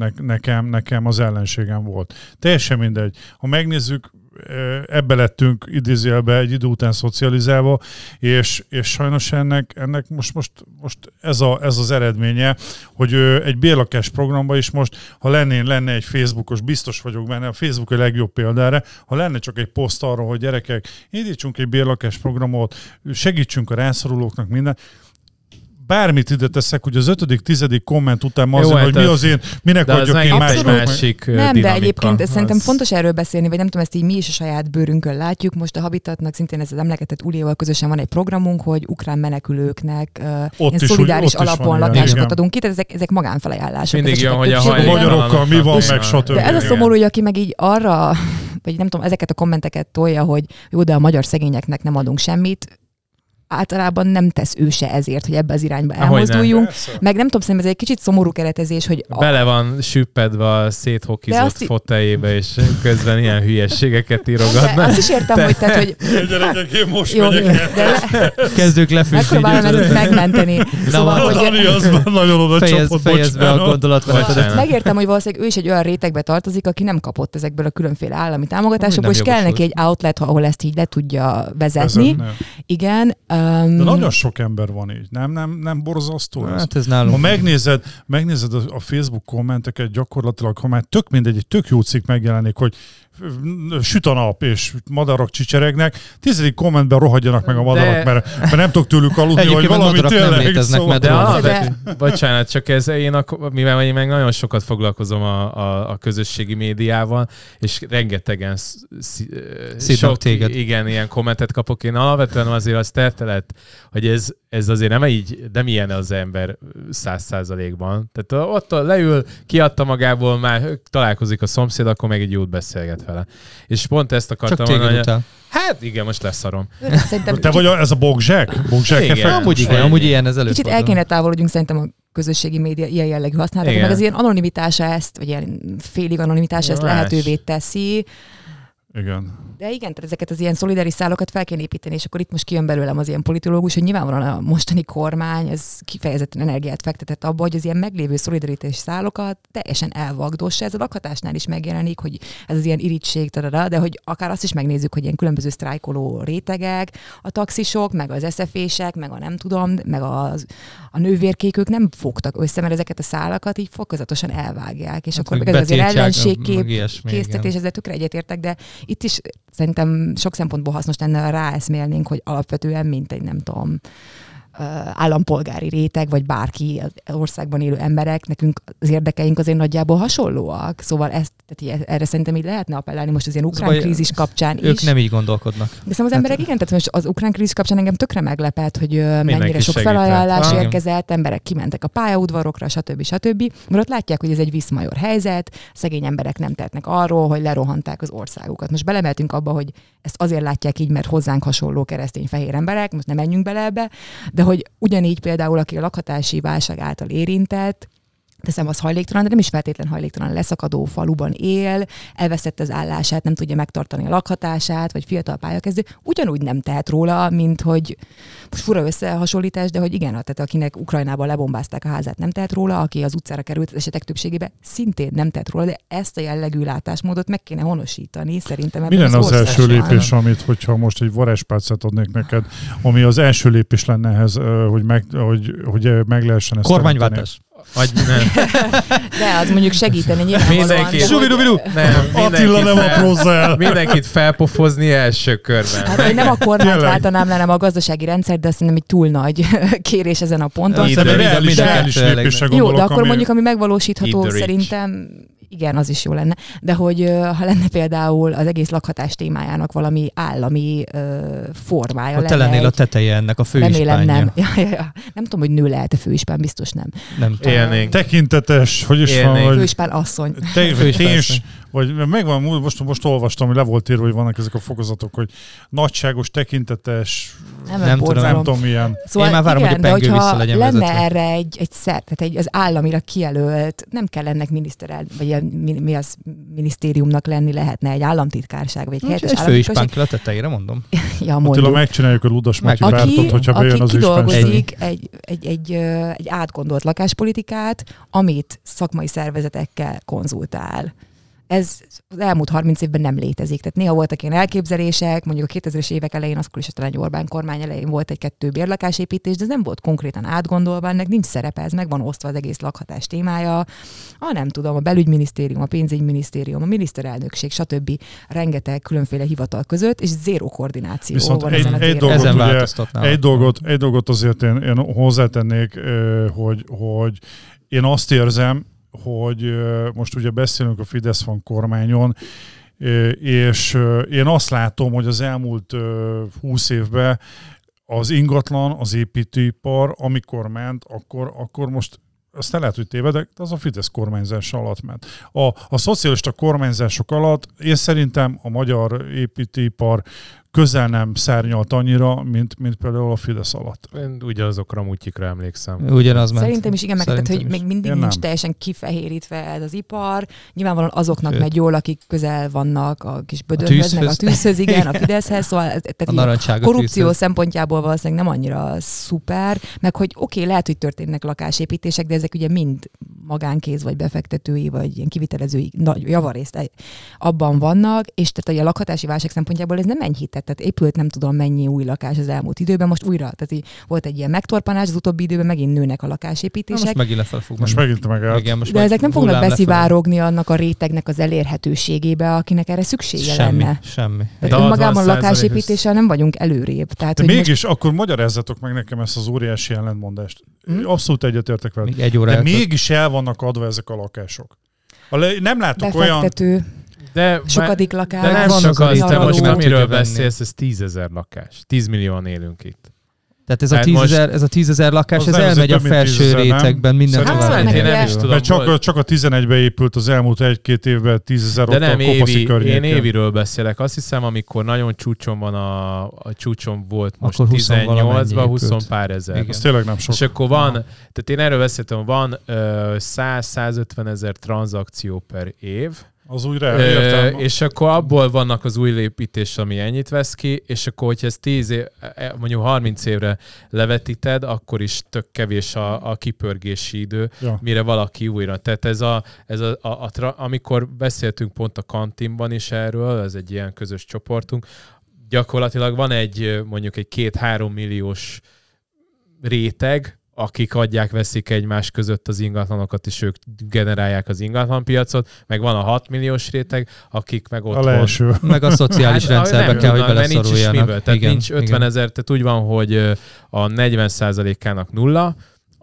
nekem az ellenségem volt. Teljesen mindegy. Ha megnézzük, ebbe lettünk idézőjelbe egy idő után szocializálva, és sajnos ennek most ez az eredménye, hogy egy bérlakás programban is most, ha lenne egy Facebookos, biztos vagyok benne, a Facebook a legjobb példára, ha lenne csak egy poszt arra, hogy gyerekek, indítsunk egy bérlakás programot, segítsünk a rászorulóknak, minden, bármit ide teszek, hogy az 5.-10. komment után ma azért, hogy mi az én, minek adjak én másik Nem, de dinamika. egyébként ez szerintem fontos erről beszélni, vagy nem tudom, ezt így mi is a saját bőrünkön látjuk. Most a Habitatnak szintén ez az emlegetett Ulival közösen van egy programunk, hogy ukrán menekülőknek ilyen szolidáris alapon lakásokat adunk ki, tehát ezek magánfelajánlások. Mindig jön, hogy a magyarokkal mi van, meg stb. De ez a szomorú, hogy aki meg így arra, vagy nem tudom, ezeket a kommenteket tolja, hogy jó, de a magyar szegényeknek nem adunk semmit, általában nem tesz ő se ezért, hogy ebbe az irányba elmozduljunk. Meg nem tudom, szerintem ez egy kicsit szomorú keretezés, hogy... Bele van süppedve a széthokizott foteljébe, és közben ilyen hülyességeket írogatnak. Azt is értem, hogy... Tehát, hogy gyerekek, én most megyek. Kezdők lefűzni. Megpróbálom ezt megmenteni. Szóval, hogy az nagyon oda csapott, fejezd be a gondolatmenetedet. Megértem, hogy valószínűleg ő is egy olyan rétegbe tartozik, aki nem kapott ezekből a különféle állami támogatásokból, és kell neki egy outlet, ahol ezt így le tudja vezetni. Igen. De nagyon sok ember van így. Nem borzasztó ez? Hát ez nálunk. Ha megnézed a Facebook kommenteket, gyakorlatilag, ha már tök mindegy, egy tök jó cikk megjelenik, hogy süt a nap, és madarak csicseregnek, 10. kommentben rohadjanak meg a madarak, mert nem tudok tőlük aludni, vagy valami tényleg. Bocsánat, csak ez mivel én meg nagyon sokat foglalkozom a közösségi médiával, és rengetegen téged. Igen, ilyen kommentet kapok. Én alapvetően azért az tertelet, hogy ez azért nem ilyen az ember 100%-ban. Tehát ott leül, kiadta magából, már találkozik a szomszéd, akkor meg egy jót beszélget vele. És pont ezt akartam mondani, hogy hát igen, most leszarom. Te vagy ez a bogzsák? Amúgy ilyen ez előfordul. Kicsit el kéne távolodjunk szerintem a közösségi média ilyen jellegű használatok, meg az ilyen anonimitása ezt, vagy ilyen félig anonimitása ezt lehetővé teszi. Igen. De igen, tehát ezeket az ilyen szolidáris szálokat fel kell építeni, és akkor itt most kijön belőlem az ilyen politológus, hogy nyilvánvalóan a mostani kormány ez kifejezetten energiát fektetett abba, hogy az ilyen meglévő szolidaritási szálokat teljesen elvagdossa. Ez a lakhatásnál is megjelenik, hogy ez az ilyen irigység, de hogy akár azt is megnézzük, hogy ilyen különböző sztrájkoló rétegek, a taxisok, meg az SZF-ések, meg a nem tudom, meg a nővérkék, ők nem fogtak össze, mert ezeket a szálakat így fokozatosan elvágják, és hát akkor meg ez az ilyen ellenségkép késztetés, ezzel tökre egyetértek, de itt is szerintem sok szempontból hasznos lenne, ha ráeszmélnénk, hogy alapvetően mint egy, nem tudom, állampolgári réteg, vagy bárki az országban élő emberek, nekünk az érdekeink azért nagyjából hasonlóak. Szóval tehát erre szerintem így lehetne appellálni most az ilyen ukrán krízis kapcsán is. Ők nem így gondolkodnak. De szerintem az emberek igen, tehát most az ukrán krízis kapcsán engem tökre meglepett, hogy mennyire sok felajánlás érkezett, emberek kimentek a pályaudvarokra, stb. Mert ott látják, hogy ez egy viszmajor helyzet, szegény emberek nem tehetnek arról, hogy lerohanták az országukat. Most belemeltünk abba, hogy ezt azért látják így, mert hozzánk hasonló keresztény fehér emberek, most nem menjünk bele ebbe, de hogy ugyanígy például, aki a lakhatási válság által érintett, teszem az hajléktalan, de nem is feltétlen hajléktalan, leszakadó faluban él, elvesztette az állását, nem tudja megtartani a lakhatását, vagy fiatal pályakezdő, ugyanúgy nem tehet róla, mint hogy most fura összehasonlítás, de hogy igen, tehát akinek Ukrajnában lebombázták a házát, nem tehet róla, aki az utcára került az esetek többségében szintén nem tehet róla, de ezt a jellegű látásmódot meg kéne honosítani, szerintem. Mi lenne az első lépés, amit, hogyha most egy varázspálcát adnék neked, ami az első lépés lenne ehhez, hogy meg lehessen ezt kormányváltás. Vagy nem. De az mondjuk segíteni nyilvánvalóan. Attila nem aprózza el. Mindenkit felpofozni első körben. Hát nem a kormányt váltanám le, nem a gazdasági rendszer, de szerintem egy túl nagy kérés ezen a ponton. Jó, de akkor mondjuk, ami megvalósítható, szerintem igen, az is jó lenne. De hogy ha lenne például az egész lakhatás témájának valami állami formája lenne. Te lennél a teteje ennek a főispánja. Remélem nem. Nem tudom, hogy nő lehet-e főispán, biztos nem. Nem élnénk. Tekintetes, hogy is van, hogy... Főispán asszony. Vagy megvan, most olvastam, hogy le volt írva, hogy vannak ezek a fokozatok, hogy nagyságos, tekintetes, nem tudom milyen. Szóval én már várom, igen, hogy a Pengő vissza legyen lenne vezetve. erre egy tehát az államira kijelölt, nem kell ennek vagy mi az minisztériumnak lenni, lehetne egy államtitkárság, vagy egy helyettes államtitkárság. Egy főispán a tetejére, mondom. Ja, Attila, megcsináljuk a Ludas Matyi pártot, hogyha bejön az kidolgozik egy átgondolt lakáspolitikát, amit szakmai szervezetekkel konzultál. Ez az elmúlt 30 évben nem létezik. Tehát néha voltak ilyen elképzelések, mondjuk a 2000-es évek elején, akkor is talán egy Orbán kormány elején volt egy-kettő bérlakásépítés, de ez nem volt konkrétan átgondolva, ennek nincs szerepe, ez meg van osztva az egész lakhatás témája. Nem tudom, a belügyminisztérium, a pénzügyminisztérium, a miniszterelnökség, stb. Rengeteg különféle hivatal között, és zéró koordináció viszont van ezen a téren. Egy dolgot azért én hozzátennék, hogy én azt érzem, hogy most ugye beszélünk a Fidesz van kormányon, és én azt látom, hogy az elmúlt 20 évben az ingatlan, az építőipar, amikor ment, akkor most azt nem lehet, hogy tévedek, de az a Fidesz kormányzás alatt ment. A szocialista kormányzások alatt én szerintem a magyar építőipar közel nem szárnyalt annyira, mint például a Fidesz alatt. Én ugyanazokra a mutyikra emlékszem. Ugyanaz ment. Szerintem is igen, tehát, hogy még mindig nincs teljesen kifehérítve ez az ipar. Nyilvánvalóan azoknak megy jól, akik közel vannak a kis Bödönhöz, meg a tűzhöz, igen, a Fideszhez, szóval a korrupció szempontjából valószínűleg nem annyira szuper, meg hogy oké, lehet, hogy történnek lakásépítések, de ezek ugye mind magánkéz, vagy befektetői, vagy ilyen kivitelezői javarészt abban vannak, és tehát a lakhatási válság szempontjából ez nem enyhített. Tehát épült nem tudom mennyi új lakás az elmúlt időben, most újra, tehát volt egy ilyen megtorpanás, az utóbbi időben megint nőnek a lakásépítések. Most megint lefelé fog most megint megállt. Igen, most de ezek nem fognak beszivárogni annak a rétegnek az elérhetőségébe, akinek erre szüksége lenne. Semmi. Tehát önmagában a lakásépítéssel nem vagyunk előrébb. Tehát, de mégis akkor magyarázzatok meg nekem ezt az óriási ellentmondást. Abszolút egyetértek veled. De mégis el vannak adva ezek a lakások. Nem látok befektető. De sokadik lakás. De nem csak az, te most amiről beszélsz, ez 10 000 lakás. 10 millióan élünk itt. Tehát ez a 10 000 lakás, ez elmegy a felső rétegben minden tovább. Én nem is tudom. Mert csak a 11-ben épült az elmúlt 1-2 évben 10 000 de ott nem a Kopaszi környéken. Én éviről beszélek. Azt hiszem, amikor nagyon csúcson van a csúcson volt most akkor 18-ban 20 pár ezer. Ez tényleg nem sok. És akkor van, tehát én erről beszéltem, van 100-150 ezer tranzakció per év. Az újra értem. És akkor abból vannak az új építés, ami ennyit vesz ki, és akkor, hogyha ez 10 év, mondjuk 30 évre levetíted, akkor is tök kevés a kipörgési idő, mire valaki újra. Tehát amikor beszéltünk pont a kantinban is erről, ez egy ilyen közös csoportunk, gyakorlatilag van mondjuk egy 2-3 milliós réteg, akik adják-veszik egymás között az ingatlanokat, és ők generálják az ingatlanpiacot, meg van a 6 milliós réteg, akik meg otthon... Meg a szociális rendszerbe kell, hogy beleszoruljanak. Tehát igen, nincs 50 000, tehát úgy van, hogy a 40%-ának nulla,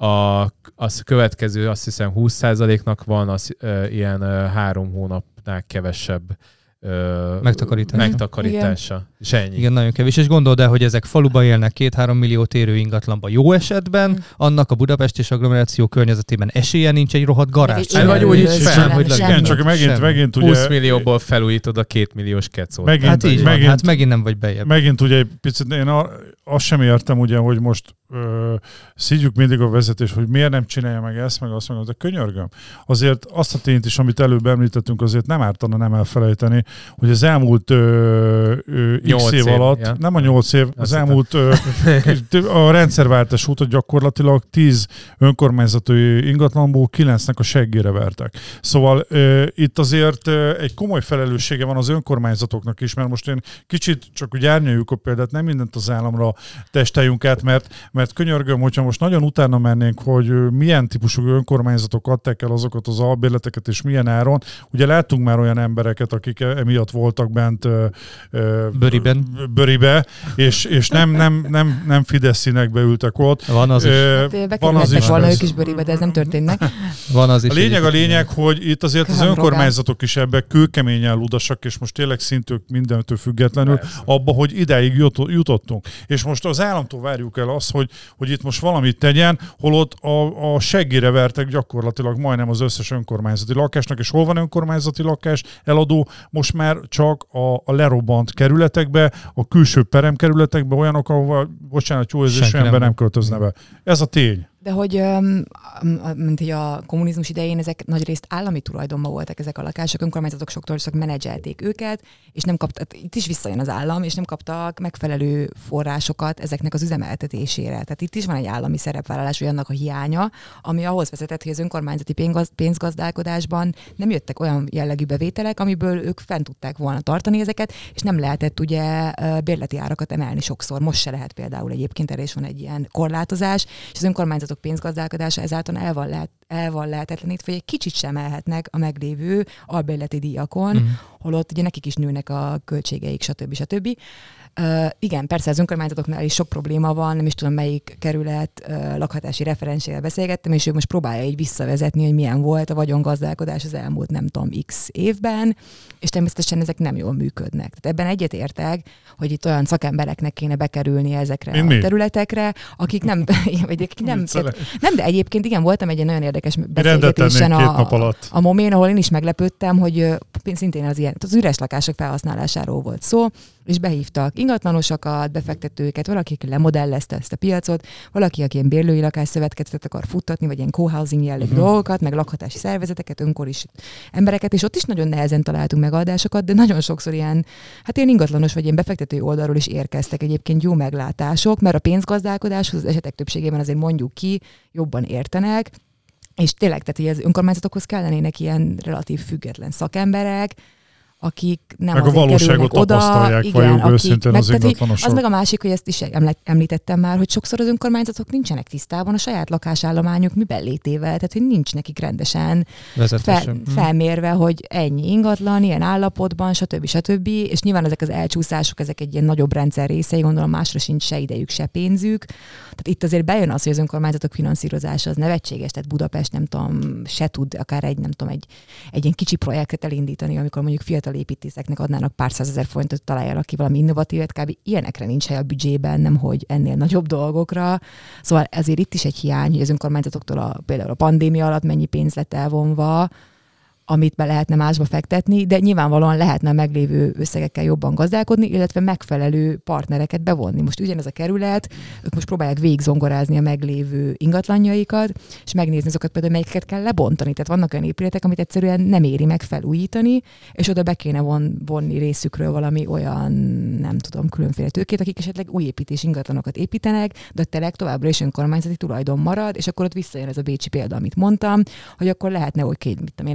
az következő, azt hiszem 20%-nak van, az ilyen 3 hónapnál kevesebb megtakarítása. És ennyi. Igen, nagyon kevés. És gondold el, hogy ezek faluban élnek 2-3 millió térő ingatlanba jó esetben, annak a Budapest és agglomeráció környezetében esélye nincs egy rohadt garázs. Vagy úgy is igen, csak megint ugye... 20 millióból felújítod a 2 milliós kecót. Megint nem vagy bejebb. Megint ugye egy picit, én azt sem értem ugye, hogy most szígyük mindig a vezetés, hogy miért nem csinálja meg ezt, meg azt, meg de könyörgöm. Azért azt a tényt is, amit előbb említettünk, azért nem ártana nem elfelejteni, hogy az elmúlt x év alatt, nem a 8 év, az elmúlt a rendszerváltás óta gyakorlatilag 10 önkormányzati ingatlanból 9-nek a seggére vertek. Szóval itt azért egy komoly felelőssége van az önkormányzatoknak is, mert most én kicsit csak úgy árnyaljuk a példát, nem mindent az államra testeljünk át, mert könyörgöm, hogyha most nagyon utána mennénk, hogy milyen típusú önkormányzatok adták el azokat az albérleteket, és milyen áron. Ugye láttunk már olyan embereket, akik emiatt voltak bent Böribe, és nem Fidesz színekbe ültek ott. Van az is. Van az is. Volna ők is Böribe, de ez nem történnek. Van az is. A lényeg, hogy itt azért az önkormányzatok is ebbe kőkeményen ludasak, és most tényleg szintük mindentől függetlenül abba, hogy ideig jutottunk. És most az államtól várjuk el azt, hogy itt most valamit tegyen, holott a seggére vertek gyakorlatilag majdnem az összes önkormányzati lakásnak, és hol van önkormányzati lakás eladó? Most már csak a lerobbant kerületekbe, a külső peremkerületekbe, olyanok, ahol, bocsánat, jó érzésű ember nem költözne be. Ez a tény. De hogy, mint hogy a kommunizmus idején ezek nagyrészt állami tulajdonban voltak ezek a lakások, önkormányzatok sokszor menedzselték őket, és nem kaptak, itt is visszajön az állam, és nem kaptak megfelelő forrásokat ezeknek az üzemeltetésére. Tehát itt is van egy állami szerepvállalás, vagy annak a hiánya, ami ahhoz vezetett, hogy az önkormányzati pénzgazdálkodásban nem jöttek olyan jellegű bevételek, amiből ők fent tudták volna tartani ezeket, és nem lehetett ugye bérleti árakat emelni sokszor. Most se lehet például, egyébként erre is van egy ilyen korlátozás, és az önkormányzatok pénzgazdálkodása ezáltal el van lehetetlenítve, hogy egy kicsit sem emelhetnek a meglévő albérleti díjakon, holott ugye nekik is nőnek a költségeik, stb. Igen, persze az önkormányzatoknál is sok probléma van, nem is tudom melyik kerület lakhatási referensével beszélgettem, és ő most próbálja így visszavezetni, hogy milyen volt a vagyongazdálkodás az elmúlt nem tudom x évben, és természetesen ezek nem jól működnek. Tehát ebben egyetértek, hogy itt olyan szakembereknek kéne bekerülni ezekre a területekre, akik nem, de egyébként igen, voltam egy nagyon érdekes beszélgetésen a Momén, ahol én is meglepődtem, hogy szintén az üres lakások felhasználásáról volt szó, és behívtak ingatlanosokat, befektetőket, valaki, aki lemodellezte ezt a piacot, valaki, aki ilyen bérlői lakásszövetkezetet akar futtatni, vagy ilyen co-housing jellegű dolgokat, meg lakhatási szervezeteket, önkormányzati embereket, és ott is nagyon nehezen találtunk megoldásokat, de nagyon sokszor ilyen ingatlanos vagy ilyen befektetői oldalról is érkeztek egyébként jó meglátások, mert a pénzgazdálkodáshoz az esetek többségében azért mondjuk ki, jobban értenek, és tényleg, tehát az önkormányzatokhoz kellenének ilyen relatív független szakemberek, akik nem meg azért a valóságot oda, tapasztalják, igen, őszintén az ingatlanosok. Az meg a másik, hogy ezt is említettem már, hogy sokszor az önkormányzatok nincsenek tisztában a saját lakásállományuk miben létével, tehát hogy nincs nekik rendesen felmérve, hogy ennyi ingatlan, ilyen állapotban, stb. És nyilván ezek az elcsúszások, ezek egy ilyen nagyobb rendszer részei, gondolom másra sincs se idejük, se pénzük. Tehát itt azért bejön az, hogy az önkormányzatok finanszírozása az nevetséges, tehát Budapest nem tudom, se tud akár egy ilyen kicsi projektet elindítani, amikor mondjuk fiatal építészeknek adnának pár százezer forintot, találjanak ki valami innovatívet, kb. Ilyenekre nincs hely a büdzsében, nem hogy ennél nagyobb dolgokra. Szóval ezért itt is egy hiány, hogy az önkormányzatoktól például a pandémia alatt mennyi pénz lett elvonva, amit be lehetne másba fektetni, de nyilvánvalóan lehetne a meglévő összegekkel jobban gazdálkodni, illetve megfelelő partnereket bevonni. Most ugyanez a kerület, ők most próbálják végigzongorázni a meglévő ingatlanjaikat, és megnézni azokat például, melyeket kell lebontani. Tehát vannak olyan épületek, amit egyszerűen nem éri meg felújítani, és oda be kéne vonni részükről valami olyan, nem tudom, különféle tőkét, akik esetleg új építés ingatlanokat építenek, de tényleg továbbra is önkormányzati tulajdon marad, és akkor ott visszajön ez a bécsi példa, amit mondtam, hogy akkor lehetne, hogy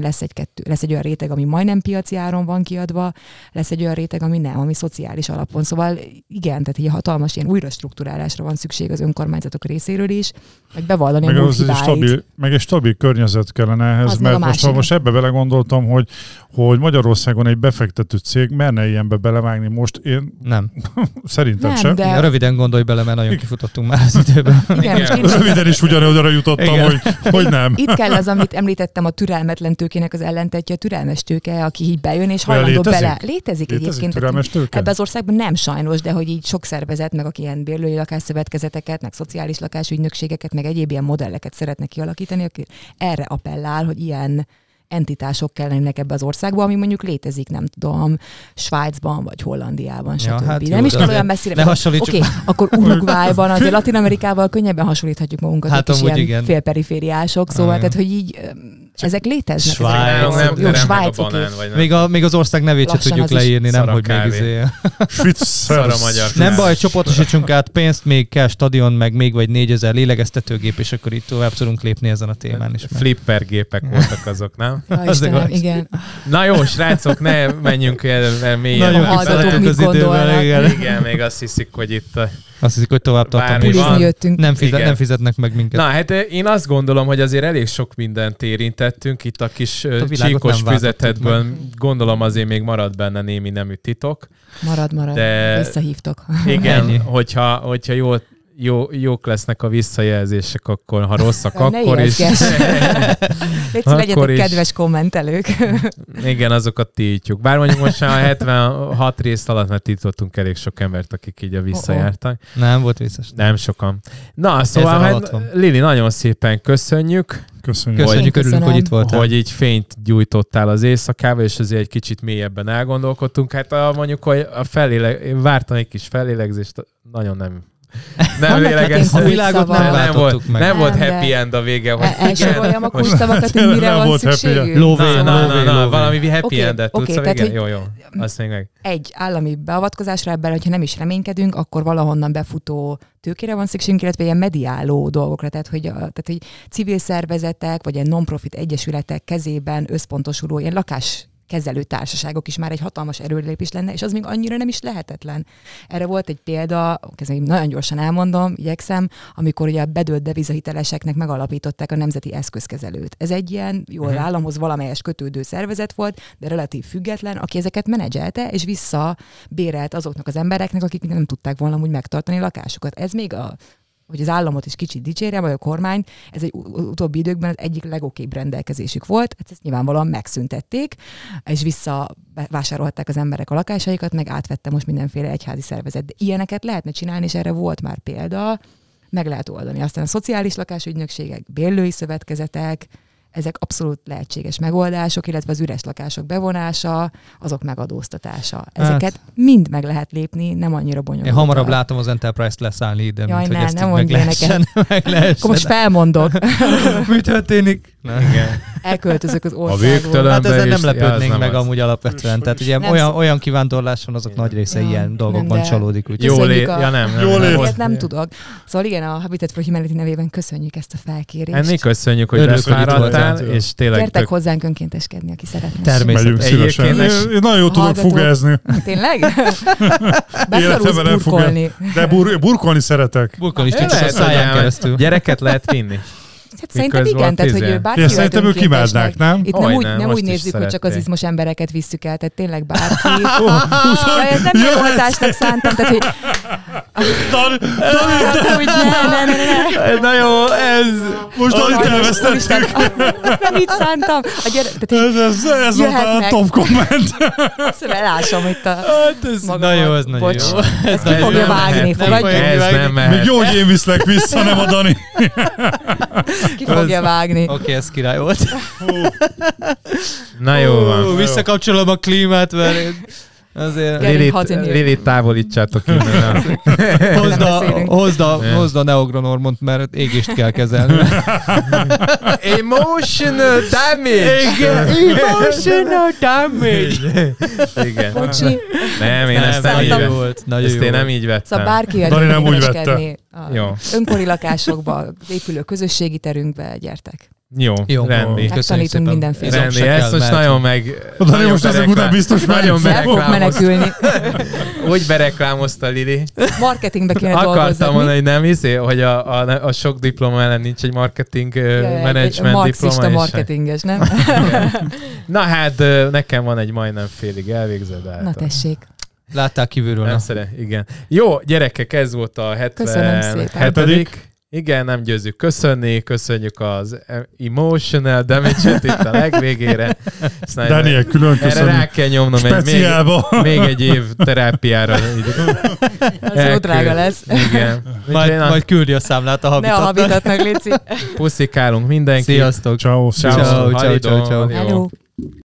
lesz egy olyan réteg, ami majdnem piaci áron van kiadva, lesz egy olyan réteg, ami nem, ami szociális alapon. Szóval igen, tehát egy hatalmas ilyen újrastruktúrálásra van szükség az önkormányzatok részéről is, meg bevallani meg a hibáit. Meg egy stabil környezet kellene ehhez, az mert most ebbe belegondoltam, hogy Magyarországon egy befektető cég merne ilyenbe belevágni most. Én nem. Szerintem sem. De... Röviden gondolj bele, mert nagyon kifutottunk már az időben. Igen, röviden is ugyanolyanra jutottam, hogy nem. Itt kell az, amit említettem, a türelmetlen tőkének az ellentetje a türelmes tőke, aki így bejön és hajlandó bele. Létezik egyébként. Türelmes tőke? Ebben az országban nem sajnos, de hogy így sok szervezet, meg aki ilyen bérlői lakásszövetkezeteket, meg szociális lakásügynökségeket, meg egyéb ilyen modelleket szeretnek kialakítani, aki erre appellál, hogy ilyen entitások kellenek ebbe az országba, ami mondjuk létezik, nem tudom, Svájcban vagy Hollandiában, stb. Hát nem is kell olyan messzire. Oké, akkor Uruguayban, azért Latin-Amerikával könnyebben hasonlíthatjuk magunkat, hát is ilyen igen. Félperifériások, szóval, tehát, hogy így ezek léteznek. Svájc. Jó, Svájc, oké. Még az ország nevét se tudjuk leírni, nem, hogy még izé. Nem baj, csoportosítsunk át pénzt, még kell stadion, meg még vagy 4000 lélegeztetőgép, és akkor így tovább tudunk lépni ezen a témán is. Flippergépek voltak azok, nem? Istenem, igen. Na jó, srácok, ne menjünk el mélyen. Nagyon kiszálltunk az idővel. Igen, még azt hiszik, hogy itt azt hiszik, hogy tovább tartunk. Nem fizetnek meg minket. Na, hát én azt gondolom, hogy azért elég sok mindent érintettünk. Itt a kis csíkos füzetetből gondolom azért még marad benne némi nemű titok. Marad. De visszahívtok. Igen, hogyha jók lesznek a visszajelzések, akkor ha rosszak, akkor is. Legyetek kedves kommentelők. Igen, azokat tiltjuk. Bár mondjuk most a 76 rész alatt már tiltottunk elég sok embert, akik így a visszajártak. Nem volt visszas. Nem sokan. Na, szóval hát, Lili, nagyon szépen köszönjük. Köszönjük, örülünk, hogy itt voltál. Hogy így fényt gyújtottál az éjszakába, és azért egy kicsit mélyebben elgondolkodtunk. Hát mondjuk, hogy vártam egy kis fellélegzést, nagyon nem lélegeztem. A világot nem váltottuk meg. Nem volt happy end a vége. Elsoroljam a kulcsszavakat, hogy mire van szükségük? Na, valami happy endet tudsz a végén? Jó. Azt még meg. Egy állami beavatkozásra ebben, hogyha nem is reménykedünk, akkor valahonnan befutó tőkére van szükségünk, illetve ilyen mediáló dolgokra, tehát hogy civil szervezetek, vagy ilyen non-profit egyesületek kezében összpontosuló ilyen lakáskezelő társaságok is már egy hatalmas erőlépés lenne, és az még annyira nem is lehetetlen. Erre volt egy példa, ezt még nagyon gyorsan elmondom, igyekszem, amikor ugye a bedőlt devizahiteleseknek megalapították a Nemzeti Eszközkezelőt. Ez egy ilyen jól államhoz valamelyes kötődő szervezet volt, de relatív független, aki ezeket menedzselte, és visszabérelt azoknak az embereknek, akik nem tudták volna úgy megtartani lakásukat. Ez még hogy az államot is kicsit dicsérjem, vagy a kormány, ez egy utóbbi időkben az egyik legokébb rendelkezésük volt, ezt nyilvánvalóan megszüntették, és visszavásárolhatták az emberek a lakásaikat, meg átvette most mindenféle egyházi szervezet. De ilyeneket lehetne csinálni, és erre volt már példa, meg lehet oldani. Aztán a szociális lakásügynökségek, bérlői szövetkezetek, ezek abszolút lehetséges megoldások, illetve az üres lakások bevonása, azok megadóztatása. Ezeket mind meg lehet lépni, nem annyira bonyolult. Én hamarabb látom az Enterprise-t leszállni ide, mint hogy ezt nem meg lehessen. Akkor most felmondok. Mi történik? Igen. Elköltözök az országból. Hát ezzel nem lepődnénk meg amúgy alapvetően. Tehát ugye olyan kivándorlás van, azok nagy része ilyen dolgokban csalódik. Nem tudok. Szóval igen, a Habitat for Humanity nevében köszönjük ezt a felkérést. Ennél köszönjük, hogy lefáradtál, és tényleg... Gyertek hozzánk önkénteskedni, aki szeretne. Természetesen. Én nagyon jól tudok fugázni. Tényleg? Betarulsz burkolni. De burkolni szeretek. Burkolni is csak a száján keresztül. Gyereket lehet vinni. Hát szerintem igen, tehát hogy bárki szerintem ők imádnák, nem? Itt nem úgy nézzük, hogy csak az izmos embereket visszük el, tehát tényleg bárki. Ez nem megoldásnak szántam, tehát hogy... Na jó, ez... Most Dalit elvesztettük. Nem így szántam. Ez volt a top komment. Azt elásom itt a magamat. Ez nagyon jó. Ezt ki fogja vágni. Még jó, hogy én viszlek vissza, nem a Dani. Ki fogja vágni. Oké, ez király volt. Na jó van. Visszakapcsolom a klímát, mert Lilit távolítsátok innen. Hozd a Neogronormont, mert égést kell kezelni. Emotional damage. Igen. Bocsi. Nem, én ezt nem így volt. Ezt én nem így vettem. Szóval bárkivel Dani nem úgy vette. Önkori lakásokba, az épülő közösségi terünkbe gyertek. Jó, rendi. Megtanítunk mindenféle. Rendi, ezt most nagyon meg... Dani most ezek után biztos nagyon menekülni. Úgy bereklámozta Lili. Marketingbe kéne dolgozni. Akartam mondani, hogy nem hogy a sok diploma ellen nincs egy marketing management diploma. Marxista marketinges, nem? Na hát, nekem van egy majdnem félig elvégzett. Na tessék. Láttál kívülről. Nem igen. Jó, gyerekek, ez volt a 77. Igen, nem győzzük köszönni, köszönjük az emotional damage-et itt a legvégére. Daniel, külön köszönjük. Erre rá kell nyomnom még egy év terápiára. Az jó drága lesz. Igen. Majd küldi a számlát a Habitatnak. Ne a Habitatnak, Léci. Puszikálunk mindenki. Sziasztok. Ciao. Ciao. Ciao. Hello. Hello.